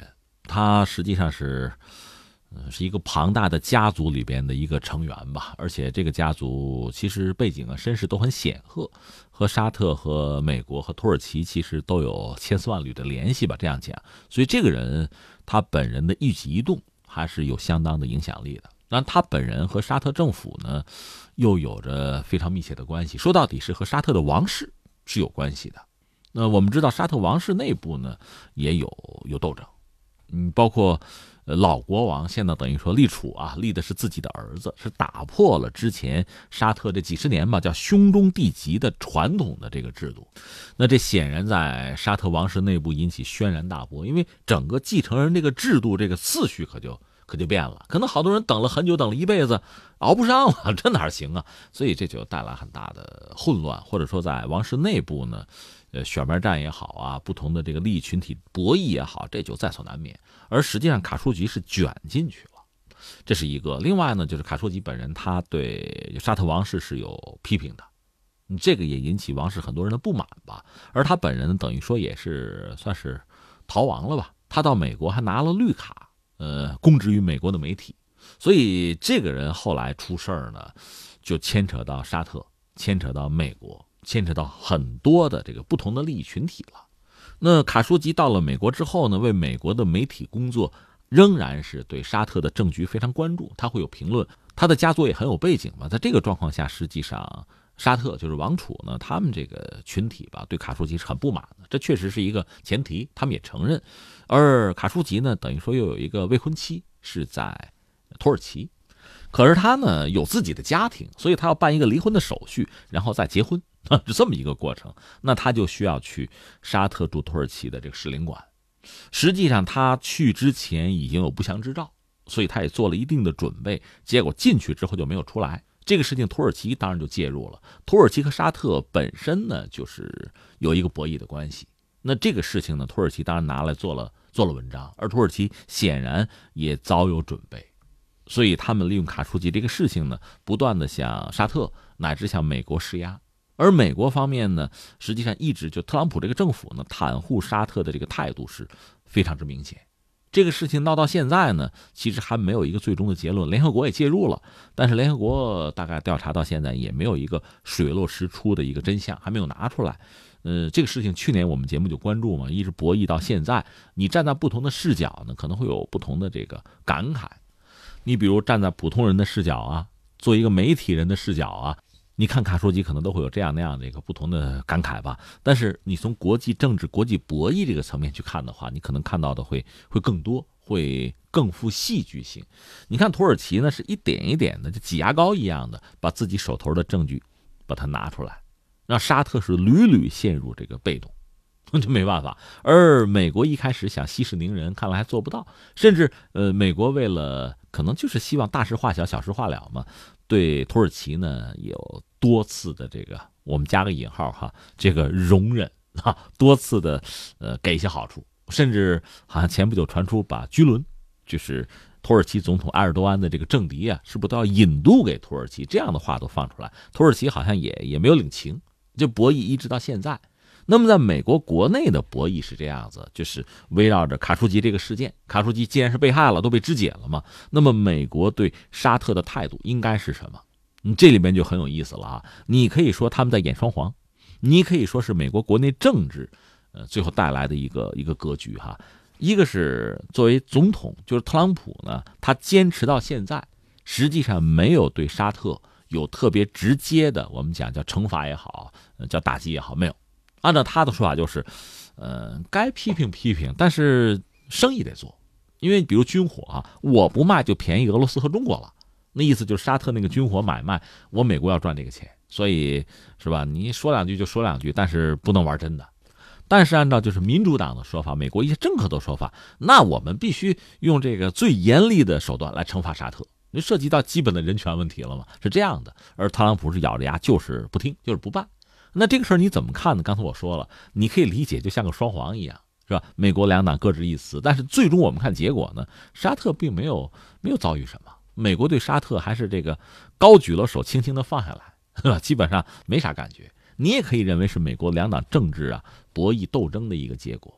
他实际上是一个庞大的家族里边的一个成员吧，而且这个家族其实背景身世都很显赫，和沙特和美国和土耳其其实都有千丝万缕的联系吧，这样讲。所以这个人他本人的一举一动还是有相当的影响力的。那他本人和沙特政府呢又有着非常密切的关系，说到底是和沙特的王室是有关系的。那我们知道沙特王室内部呢也有斗争，包括老国王现在等于说立储立的是自己的儿子，是打破了之前沙特这几十年吧叫兄终弟及的传统的这个制度。那这显然在沙特王室内部引起轩然大波，因为整个继承人这个制度这个次序可就变了，可能好多人等了很久，等了一辈子熬不上了，这哪行啊？所以这就带来很大的混乱，或者说在王室内部呢选边站也好不同的这个利益群体博弈也好，这就在所难免。而实际上卡舒吉是卷进去了，这是一个。另外呢，就是卡舒吉本人他对沙特王室是有批评的，这个也引起王室很多人的不满吧。而他本人等于说也是算是逃亡了吧，他到美国还拿了绿卡，供职于美国的媒体。所以这个人后来出事儿呢，就牵扯到沙特，牵扯到美国，牵扯到很多的这个不同的利益群体了。那卡舒吉到了美国之后呢，为美国的媒体工作，仍然是对沙特的政局非常关注，他会有评论，他的家族也很有背景嘛。在这个状况下，实际上沙特就是王储呢，他们这个群体吧，对卡舒吉是很不满的，这确实是一个前提，他们也承认。而卡舒吉呢，等于说又有一个未婚妻是在土耳其，可是他呢有自己的家庭，所以他要办一个离婚的手续，然后再结婚，是这么一个过程。那他就需要去沙特驻土耳其的这个使领馆。实际上他去之前已经有不祥之兆，所以他也做了一定的准备，结果进去之后就没有出来。这个事情土耳其当然就介入了，土耳其和沙特本身呢就是有一个博弈的关系。那这个事情呢，土耳其当然拿来做了文章，而土耳其显然也早有准备，所以他们利用卡舒吉这个事情呢，不断的向沙特乃至向美国施压。而美国方面呢，实际上一直就特朗普这个政府呢，袒护沙特的这个态度是非常之明显。这个事情闹到现在呢，其实还没有一个最终的结论，联合国也介入了，但是联合国大概调查到现在也没有一个水落石出的一个真相，还没有拿出来。这个事情去年我们节目就关注嘛，一直博弈到现在，你站在不同的视角呢，可能会有不同的这个感慨。你比如站在普通人的视角做一个媒体人的视角你看卡舒吉可能都会有这样那样的一个不同的感慨吧。但是你从国际政治、国际博弈这个层面去看的话，你可能看到的会更多，会更富戏剧性。你看土耳其呢，是一点一点的，就挤牙膏一样的把自己手头的证据把它拿出来，让沙特是屡屡陷入这个被动，就没办法。而美国一开始想息事宁人，看来还做不到，甚至美国为了可能就是希望大事化小，小事化了嘛，对土耳其呢有多次的这个我们加个引号这个容忍多次的给一些好处，甚至好像前不久传出把居伦，就是土耳其总统埃尔多安的这个政敌是不是都要引渡给土耳其，这样的话都放出来，土耳其好像也没有领情，就博弈一直到现在。那么在美国国内的博弈是这样子，就是围绕着卡舒吉这个事件，卡舒吉既然是被害了，都被肢解了嘛，那么美国对沙特的态度应该是什么？这里面就很有意思了你可以说他们在演双簧，你可以说是美国国内政治最后带来的一个格局一个是作为总统，就是特朗普呢，他坚持到现在，实际上没有对沙特有特别直接的，我们讲叫惩罚也好，叫打击也好，没有。按照他的说法就是，该批评批评，但是生意得做，因为比如军火我不卖就便宜俄罗斯和中国了，那意思就是沙特那个军火买卖，我美国要赚这个钱，所以是吧？你说两句就说两句，但是不能玩真的。但是按照就是民主党的说法，美国一些政客的说法，那我们必须用这个最严厉的手段来惩罚沙特，那涉及到基本的人权问题了嘛，是这样的。而特朗普是咬着牙就是不听，就是不办。那这个事儿你怎么看呢？刚才我说了，你可以理解就像个双簧一样，是吧？美国两党各执一词，但是最终我们看结果呢，沙特并没有遭遇什么，美国对沙特还是这个高举了手，轻轻的放下来，是吧？基本上没啥感觉。你也可以认为是美国两党政治博弈斗争的一个结果。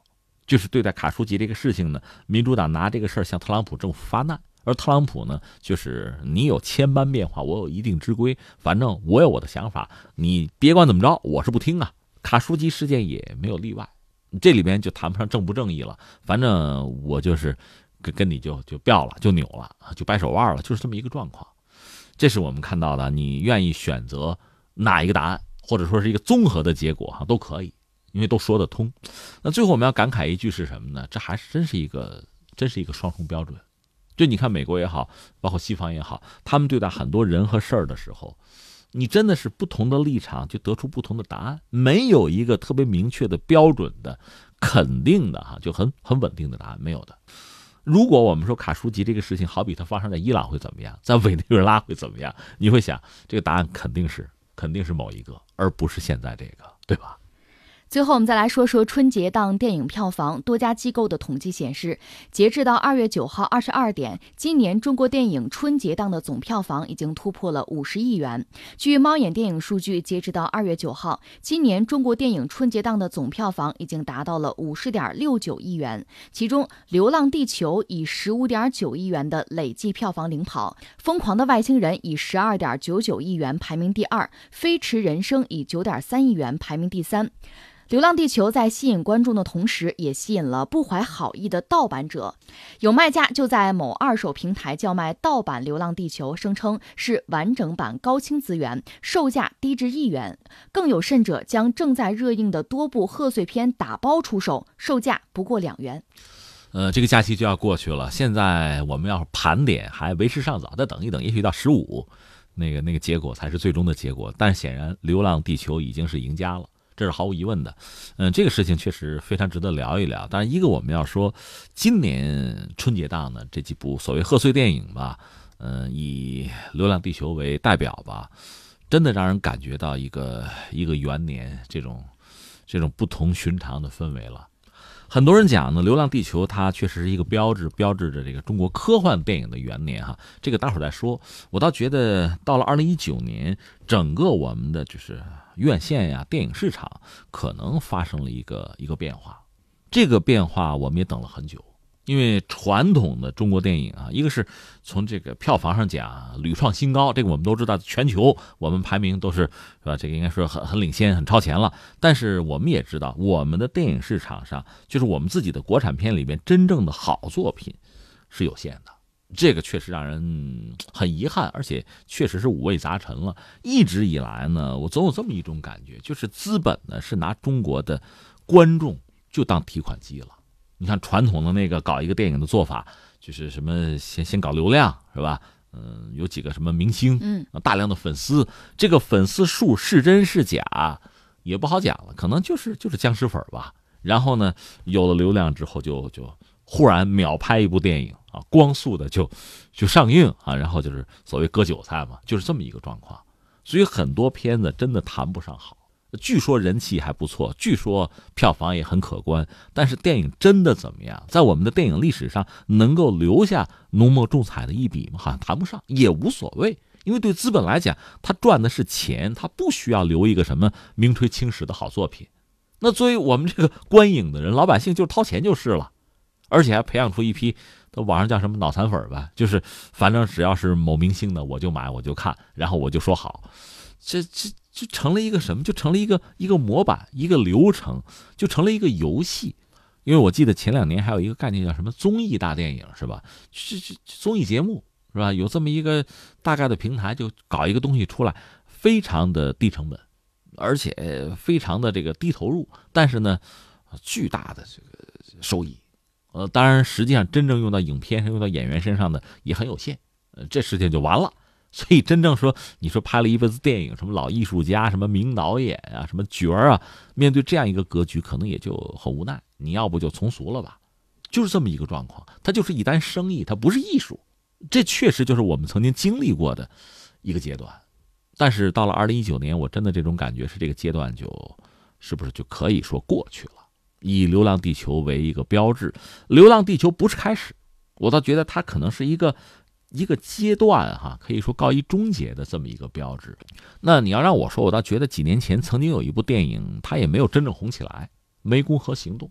就是对待卡舒吉这个事情呢，民主党拿这个事儿向特朗普政府发难，而特朗普呢，就是你有千般变化，我有一定之规，反正我有我的想法，你别管怎么着，我是不听啊。卡舒吉事件也没有例外，这里边就谈不上正不正义了，反正我就是跟你就飙了，就扭了，就掰手腕了，就是这么一个状况。这是我们看到的，你愿意选择哪一个答案，或者说是一个综合的结果都可以，因为都说得通。那最后我们要感慨一句是什么呢？这还是真是一个双重标准。就你看美国也好，包括西方也好，他们对待很多人和事儿的时候，你真的是不同的立场就得出不同的答案，没有一个特别明确的标准的肯定的就很稳定的答案，没有的。如果我们说卡舒吉这个事情好比它发生在伊朗会怎么样，在委内瑞拉会怎么样，你会想这个答案肯定是某一个，而不是现在这个，对吧？ 最后我们再来说说春节档电影票房。多家机构的统计显示，截至到2月9号22点，今年中国电影春节档的总票房已经突破了50亿元。据猫眼电影数据，截至到2月9号，今年中国电影春节档的总票房已经达到了50.69亿元，其中《流浪地球》以15.9亿元的累计票房领跑，《疯狂的外星人》以12.99亿元排名第二，《飞驰人生》以9.3亿元排名第三。流浪地球在吸引观众的同时，也吸引了不怀好意的盗版者。有卖家就在某二手平台叫卖盗版流浪地球，声称是完整版高清资源，售价低至1元。更有甚者将正在热映的多部贺岁片打包出售，售价不过2元。 这个假期就要过去了，现在我们要盘点还为时尚早，再等一等，也许到15那个结果才是最终的结果。但显然流浪地球已经是赢家了，这是毫无疑问的。这个事情确实非常值得聊一聊。当然一个我们要说今年春节档呢这几部所谓贺岁电影吧，以流浪地球为代表吧，真的让人感觉到一个元年这种不同寻常的氛围了。很多人讲呢，流浪地球它确实是一个标志着这个中国科幻电影的元年这个待会儿再说。我倒觉得到了2019年，整个我们的就是院线呀、电影市场可能发生了一个变化。这个变化我们也等了很久，因为传统的中国电影一个是从这个票房上讲屡创新高，这个我们都知道，全球我们排名都是吧？这个应该说很领先、很超前了。但是我们也知道，我们的电影市场上，就是我们自己的国产片里边真正的好作品是有限的。这个确实让人很遗憾，而且确实是五味杂陈了。一直以来呢，我总有这么一种感觉，就是资本呢是拿中国的观众就当提款机了。你看传统的那个搞一个电影的做法，就是什么先搞流量是吧？有几个什么明星，大量的粉丝，这个粉丝数是真是假也不好讲了，可能就是僵尸粉吧。然后呢，有了流量之后就忽然秒拍一部电影光速的就上映然后就是所谓割韭菜嘛，就是这么一个状况。所以很多片子真的谈不上好。据说人气还不错，据说票房也很可观，但是电影真的怎么样，在我们的电影历史上能够留下浓墨重彩的一笔吗？好像谈不上，也无所谓。因为对资本来讲，他赚的是钱，他不需要留一个什么名垂青史的好作品。那作为我们这个观影的人，老百姓就是掏钱就是了，而且还培养出一批网上叫什么脑残粉吧，就是反正只要是某明星的我就买我就看，然后我就说好。这就成了一个什么？就成了一个模板，一个流程，就成了一个游戏。因为我记得前2年还有一个概念叫什么综艺大电影，是吧？是综艺节目，是吧？有这么一个大概的平台，就搞一个东西出来，非常的低成本，而且非常的这个低投入，但是呢，巨大的这个收益。当然，实际上真正用到影片上、用到演员身上的也很有限。这事情就完了。所以真正说，你说拍了一辈子电影，什么老艺术家，什么名导演什么角儿面对这样一个格局，可能也就很无奈。你要不就从俗了吧，就是这么一个状况。它就是一单生意，它不是艺术。这确实就是我们曾经经历过的一个阶段。但是到了2019年，我真的这种感觉是这个阶段是不是就可以说过去了？以《流浪地球》为一个标志，《流浪地球》不是开始，我倒觉得它可能是一个阶段可以说告一终结的这么一个标志。那你要让我说，我倒觉得几年前曾经有一部电影，它也没有真正红起来，《湄公河行动》，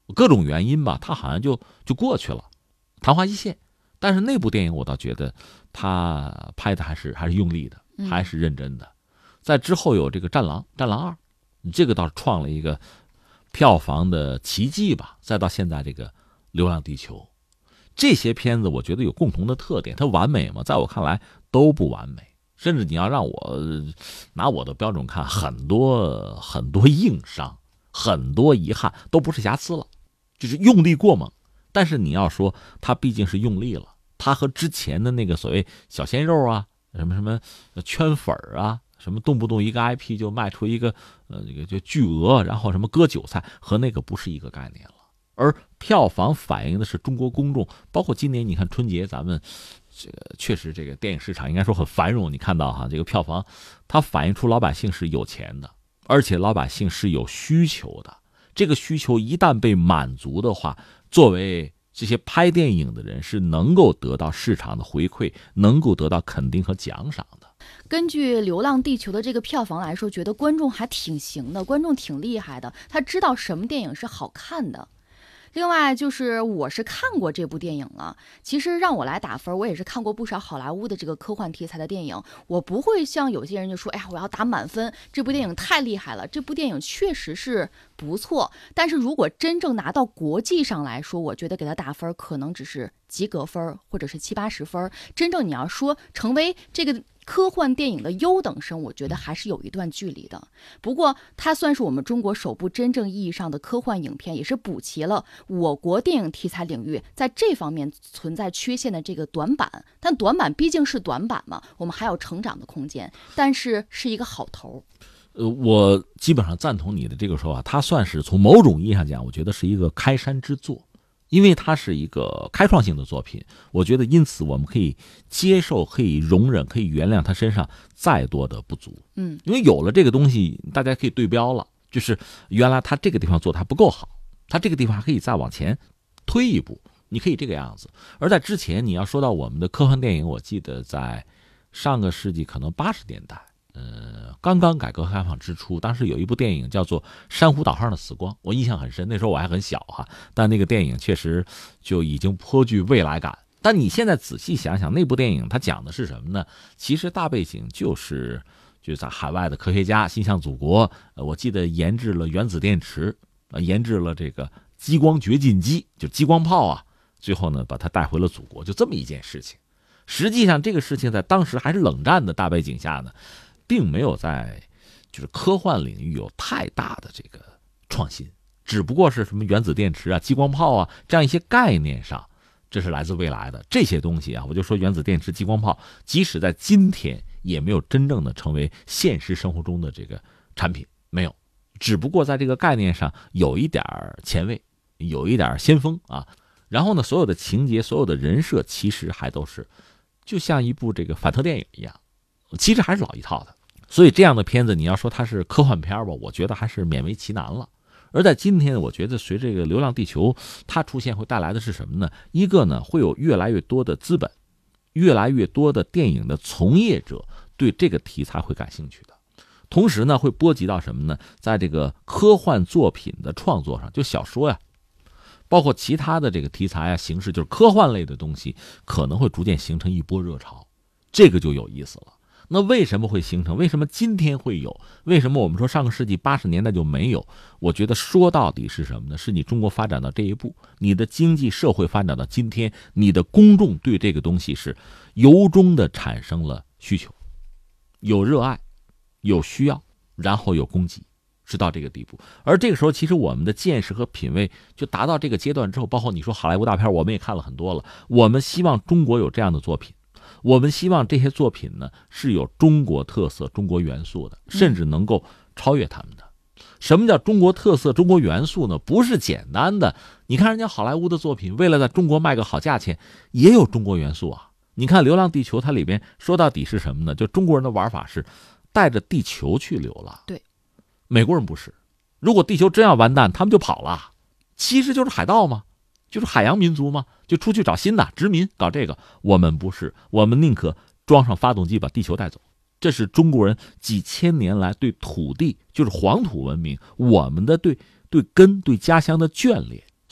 各种原因吧，它好像就过去了，昙花一现。但是那部电影我倒觉得他拍的还是用力的，还是认真的。在之后有这个《战狼2》，这个倒是创了一个票房的奇迹吧。再到现在这个《流浪地球》，这些片子我觉得有共同的特点，它完美吗？在我看来都不完美。甚至你要让我拿我的标准看，很多硬伤，很多遗憾都不是瑕疵了，就是用力过猛。但是你要说它毕竟是用力了，它和之前的那个所谓小鲜肉啊，什么圈粉啊，什么动不动一个 IP 就卖出一个这个就巨额，然后什么割韭菜，和那个不是一个概念了。而票房反映的是中国公众，包括今年你看春节，咱们这个确实这个电影市场应该说很繁荣。你看到哈，这个票房它反映出老百姓是有钱的，而且老百姓是有需求的。这个需求一旦被满足的话，作为这些拍电影的人是能够得到市场的回馈，能够得到肯定和奖赏的。 根据《流浪地球》的这个票房来说，觉得观众还挺行的，观众挺厉害的，他知道什么电影是好看的。另外就是我是看过这部电影了，其实让我来打分，我也是看过不少好莱坞的这个科幻题材的电影，我不会像有些人就说，哎呀，我要打满分，这部电影太厉害了。这部电影确实是不错，但是如果真正拿到国际上来说，我觉得给他打分可能只是及格分，或者是70、80分。真正你要说成为这个科幻电影的优等生，我觉得还是有一段距离的。不过它算是我们中国首部真正意义上的科幻影片，也是补齐了我国电影题材领域在这方面存在缺陷的这个短板。但短板毕竟是短板嘛，我们还有成长的空间，但是是一个好头。 我基本上赞同你的这个说法，它算是从某种意义上讲，我觉得是一个开山之作。因为它是一个开创性的作品，我觉得因此我们可以接受、可以容忍、可以原谅它身上再多的不足。因为有了这个东西，大家可以对标了，就是原来它这个地方做的还不够好，它这个地方还可以再往前推一步，你可以这个样子。而在之前，你要说到我们的科幻电影，我记得在上个世纪可能80年代。刚刚改革开放之初，当时有一部电影叫做《珊瑚岛上的死光》，我印象很深。那时候我还很小哈，但那个电影确实就已经颇具未来感。但你现在仔细想想，那部电影它讲的是什么呢？其实大背景就是在海外的科学家心向祖国，我记得研制了原子电池，研制了这个激光掘进机，就激光炮啊，最后呢把它带回了祖国，就这么一件事情。实际上这个事情在当时还是冷战的大背景下呢，并没有在就是科幻领域有太大的这个创新，只不过是什么原子电池啊、激光炮啊这样一些概念上，这是来自未来的这些东西啊。我就说原子电池、激光炮，即使在今天也没有真正的成为现实生活中的这个产品，没有，只不过在这个概念上有一点前卫，有一点先锋啊。然后呢，所有的情节、所有的人设，其实还都是就像一部这个反特电影一样。其实还是老一套的，所以这样的片子你要说它是科幻片吧，我觉得还是勉为其难了。而在今天，我觉得随着这个《流浪地球》它出现，会带来的是什么呢？一个呢，会有越来越多的资本，越来越多的电影的从业者对这个题材会感兴趣的。同时呢，会波及到什么呢？在这个科幻作品的创作上，就小说呀，包括其他的这个题材啊、形式，就是科幻类的东西，可能会逐渐形成一波热潮，这个就有意思了。那为什么会形成？为什么今天会有？为什么我们说上个世纪80年代就没有？我觉得说到底是什么呢？是你中国发展到这一步，你的经济社会发展到今天，你的公众对这个东西是由衷的产生了需求，有热爱，有需要，然后有供给，是到这个地步。而这个时候，其实我们的见识和品味就达到这个阶段之后，包括你说好莱坞大片，我们也看了很多了。我们希望中国有这样的作品。我们希望这些作品呢是有中国特色、中国元素的，甚至能够超越他们的。什么叫中国特色、中国元素呢？不是简单的，你看人家好莱坞的作品，为了在中国卖个好价钱，也有中国元素啊。你看《流浪地球》，它里边说到底是什么呢？就中国人的玩法是带着地球去流浪。 对， 美国人不是。如果地球真要完蛋，他们就跑了，其实就是海盗嘛。就是海洋民族嘛，就出去找新的殖民，搞这个。我们不是，我们宁可装上发动机把地球带走。这是中国人几千年来对土地，就是黄土文明，我们的对根、对家乡的眷恋。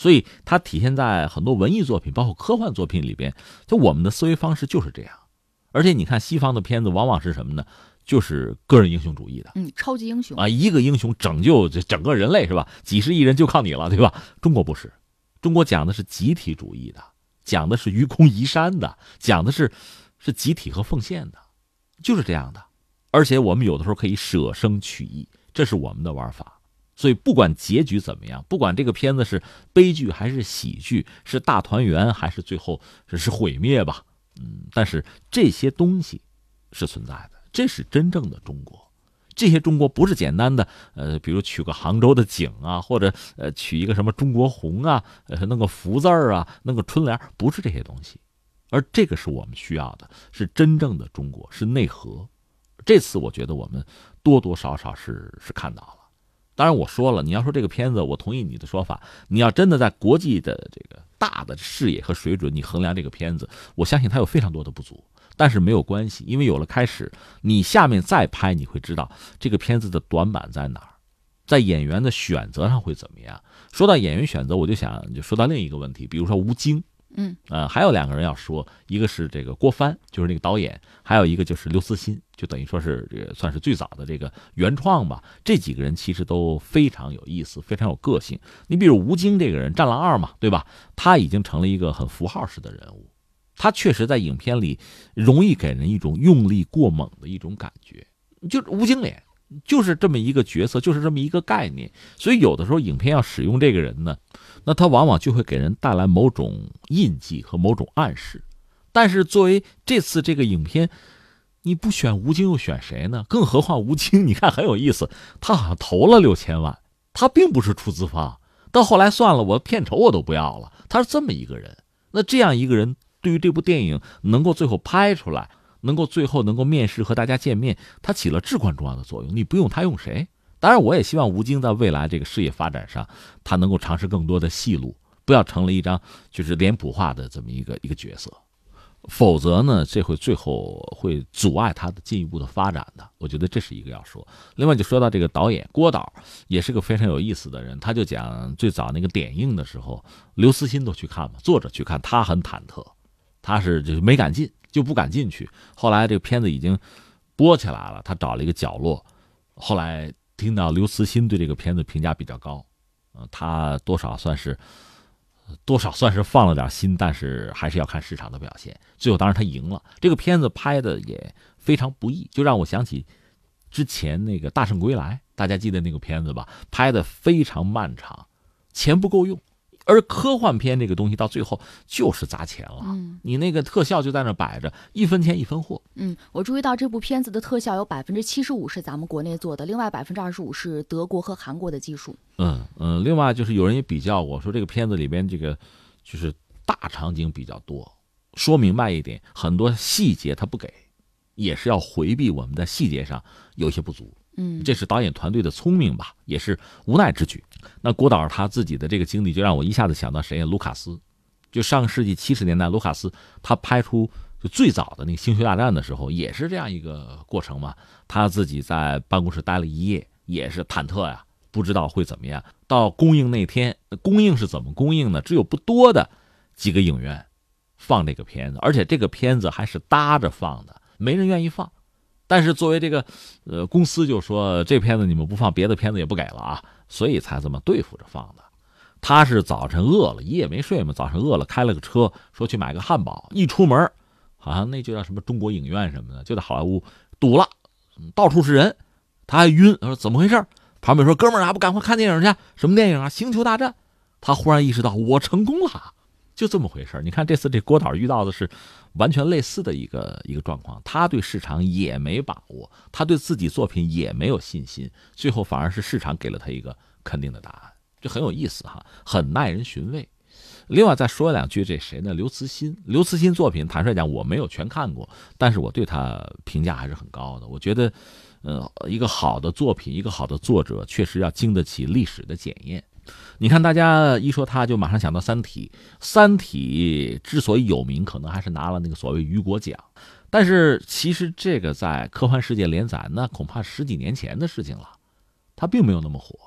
所以它体现在很多文艺作品，包括科幻作品里边，就我们的思维方式就是这样。而且你看西方的片子往往是什么呢？就是个人英雄主义的， 超级英雄啊，一个英雄拯救整个人类是吧？几十亿人就靠你了，对吧？中国不是，中国讲的是集体主义的，讲的是愚公移山的，讲的是集体和奉献的，就是这样的。而且我们有的时候可以舍生取义，这是我们的玩法。所以不管结局怎么样，不管这个片子是悲剧还是喜剧，是大团圆还是最后是毁灭吧，但是这些东西是存在的，这是真正的中国。这些中国不是简单的比如取个杭州的景啊，或者取一个什么中国红啊，弄个福字啊，弄个春联，不是这些东西。而这个是我们需要的，是真正的中国，是内核。这次我觉得我们多多少少是看到了。当然我说了，你要说这个片子，我同意你的说法，你要真的在国际的这个大的视野和水准，你衡量这个片子，我相信它有非常多的不足。但是没有关系，因为有了开始，你下面再拍，你会知道这个片子的短板在哪儿，在演员的选择上会怎么样。说到演员选择，我就说到另一个问题，比如说吴京，还有两个人要说，一个是这个郭帆，就是那个导演，还有一个就是刘慈欣，就等于说是这个算是最早的这个原创吧。这几个人其实都非常有意思，非常有个性。你比如吴京这个人，战狼2嘛，对吧？他已经成了一个很符号式的人物。他确实在影片里容易给人一种用力过猛的一种感觉，就是吴京脸，就是这么一个角色，就是这么一个概念。所以有的时候影片要使用这个人呢，那他往往就会给人带来某种印记和某种暗示。但是作为这次这个影片，你不选吴京又选谁呢？更何况吴京，你看很有意思，他好像投了6000万，他并不是出资方，到后来算了，我片酬我都不要了，他是这么一个人。那这样一个人对于这部电影能够最后拍出来，最后能够面世和大家见面，它起了至关重要的作用。你不用他用谁？当然我也希望吴京在未来这个事业发展上，他能够尝试更多的戏路，不要成了一张就是脸谱化的这么一个角色，否则呢，这会最后会阻碍他的进一步的发展的。我觉得这是一个要说。另外就说到这个导演郭导，也是个非常有意思的人。他就讲最早那个点映的时候，刘慈欣都去看嘛，作者去看，他很忐忑，他是就是没敢进，就不敢进去。后来这个片子已经播起来了，他找了一个角落。后来听到刘慈欣对这个片子评价比较高，他多少算是放了点心，但是还是要看市场的表现。最后当然他赢了。这个片子拍的也非常不易，就让我想起之前那个《大圣归来》，大家记得那个片子吧？拍的非常漫长，钱不够用。而科幻片这个东西到最后就是砸钱了，你那个特效就在那摆着，一分钱一分货。 我注意到这部片子的特效有75%是咱们国内做的，另外25%是德国和韩国的技术。 另外就是有人也比较过，说这个片子里边这个就是大场景比较多，说明白一点，很多细节他不给，也是要回避我们在细节上有一些不足。这是导演团队的聪明吧，也是无奈之举。那郭导他自己的这个经历，就让我一下子想到谁呀？卢卡斯。就上世纪70年代，卢卡斯他拍出就最早的那个《星球大战》的时候，也是这样一个过程嘛。他自己在办公室待了一夜，也是忐忑呀，不知道会怎么样。到公映那天，公映是怎么公映呢？只有不多的几个影院放这个片子，而且这个片子还是搭着放的，没人愿意放。但是作为这个公司就说这片子你们不放，别的片子也不给了啊，所以才这么对付着放的。他是早晨饿了，一夜没睡嘛，早晨饿了开了个车，说去买个汉堡，一出门好像那就叫什么中国影院什么的，就在好莱坞堵了，到处是人，他还晕，他说怎么回事？旁边说哥们儿还不赶快看电影去？什么电影啊？星球大战。他忽然意识到我成功了，就这么回事。你看这次这郭导遇到的是完全类似的一个状况，他对市场也没把握，他对自己作品也没有信心，最后反而是市场给了他一个肯定的答案，这很有意思哈，很耐人寻味。另外再说两句，这谁呢？刘慈欣作品，坦率讲我没有全看过，但是我对他评价还是很高的。我觉得，一个好的作品，一个好的作者，确实要经得起历史的检验。你看，大家一说他就马上想到《三体》，《三体》之所以有名，可能还是拿了那个所谓雨果奖。但是其实这个在科幻世界连载，那恐怕10几年前的事情了，它并没有那么火。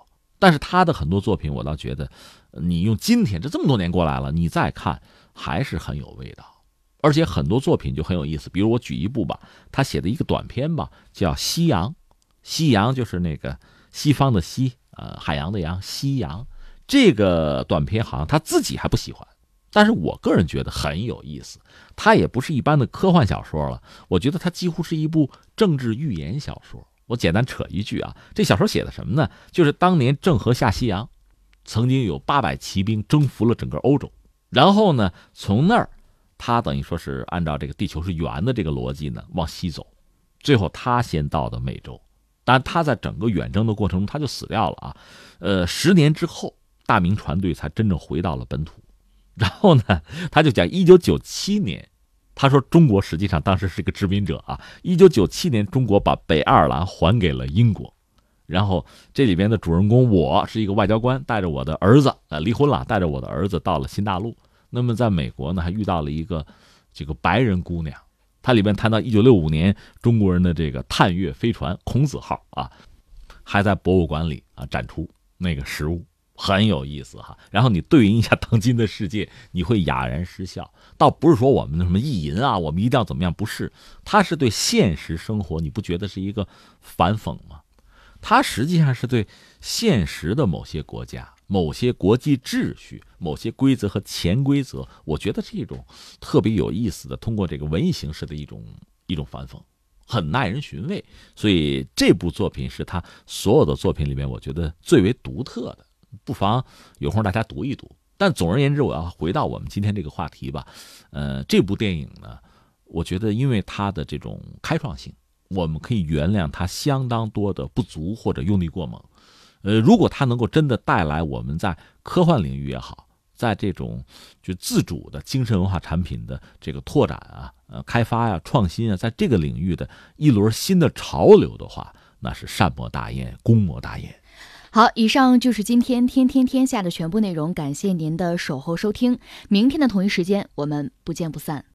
但是他的很多作品，我倒觉得，你用今天这么多年过来了，你再看还是很有味道。而且很多作品就很有意思，比如我举一部吧，他写的一个短篇吧，叫《西洋》。西洋就是那个西方的西，海洋的洋，西洋。这个短篇好像他自己还不喜欢，但是我个人觉得很有意思。它也不是一般的科幻小说了，我觉得它几乎是一部政治寓言小说。我简单扯一句啊，这小说写的什么呢？就是当年郑和下西洋，曾经有800骑兵征服了整个欧洲，然后呢，从那儿他等于说是按照这个地球是圆的这个逻辑呢往西走，最后他先到的美洲。当然他在整个远征的过程中他就死掉了啊。10年之后，大明船队才真正回到了本土。然后呢，他就讲1997年，他说中国实际上当时是个殖民者啊。1997年，中国把北爱尔兰还给了英国。然后这里边的主人公，我是一个外交官，带着我的儿子，离婚了，带着我的儿子到了新大陆。那么在美国呢，还遇到了一个这个白人姑娘。它里边谈到1965年中国人的这个探月飞船孔子号啊，还在博物馆里啊展出那个实物，很有意思哈。然后你对应一下当今的世界，你会哑然失笑。倒不是说我们什么意淫啊，我们一定要怎么样，不是，它是对现实生活，你不觉得是一个反讽吗？它实际上是对现实的某些国家、某些国际秩序、某些规则和潜规则，我觉得是一种特别有意思的，通过这个文艺形式的一种反讽，很耐人寻味。所以这部作品是他所有的作品里面，我觉得最为独特的，不妨有空大家读一读。但总而言之，我要回到我们今天这个话题吧。这部电影呢，我觉得因为它的这种开创性，我们可以原谅它相当多的不足或者用力过猛。如果它能够真的带来我们在科幻领域也好，在这种就自主的精神文化产品的这个拓展啊、开发呀、创新啊，在这个领域的一轮新的潮流的话，那是善莫大焉，功莫大焉。 好，以上就是今天天天天下的全部内容，感谢您的守候收听，明天的同一时间我们不见不散。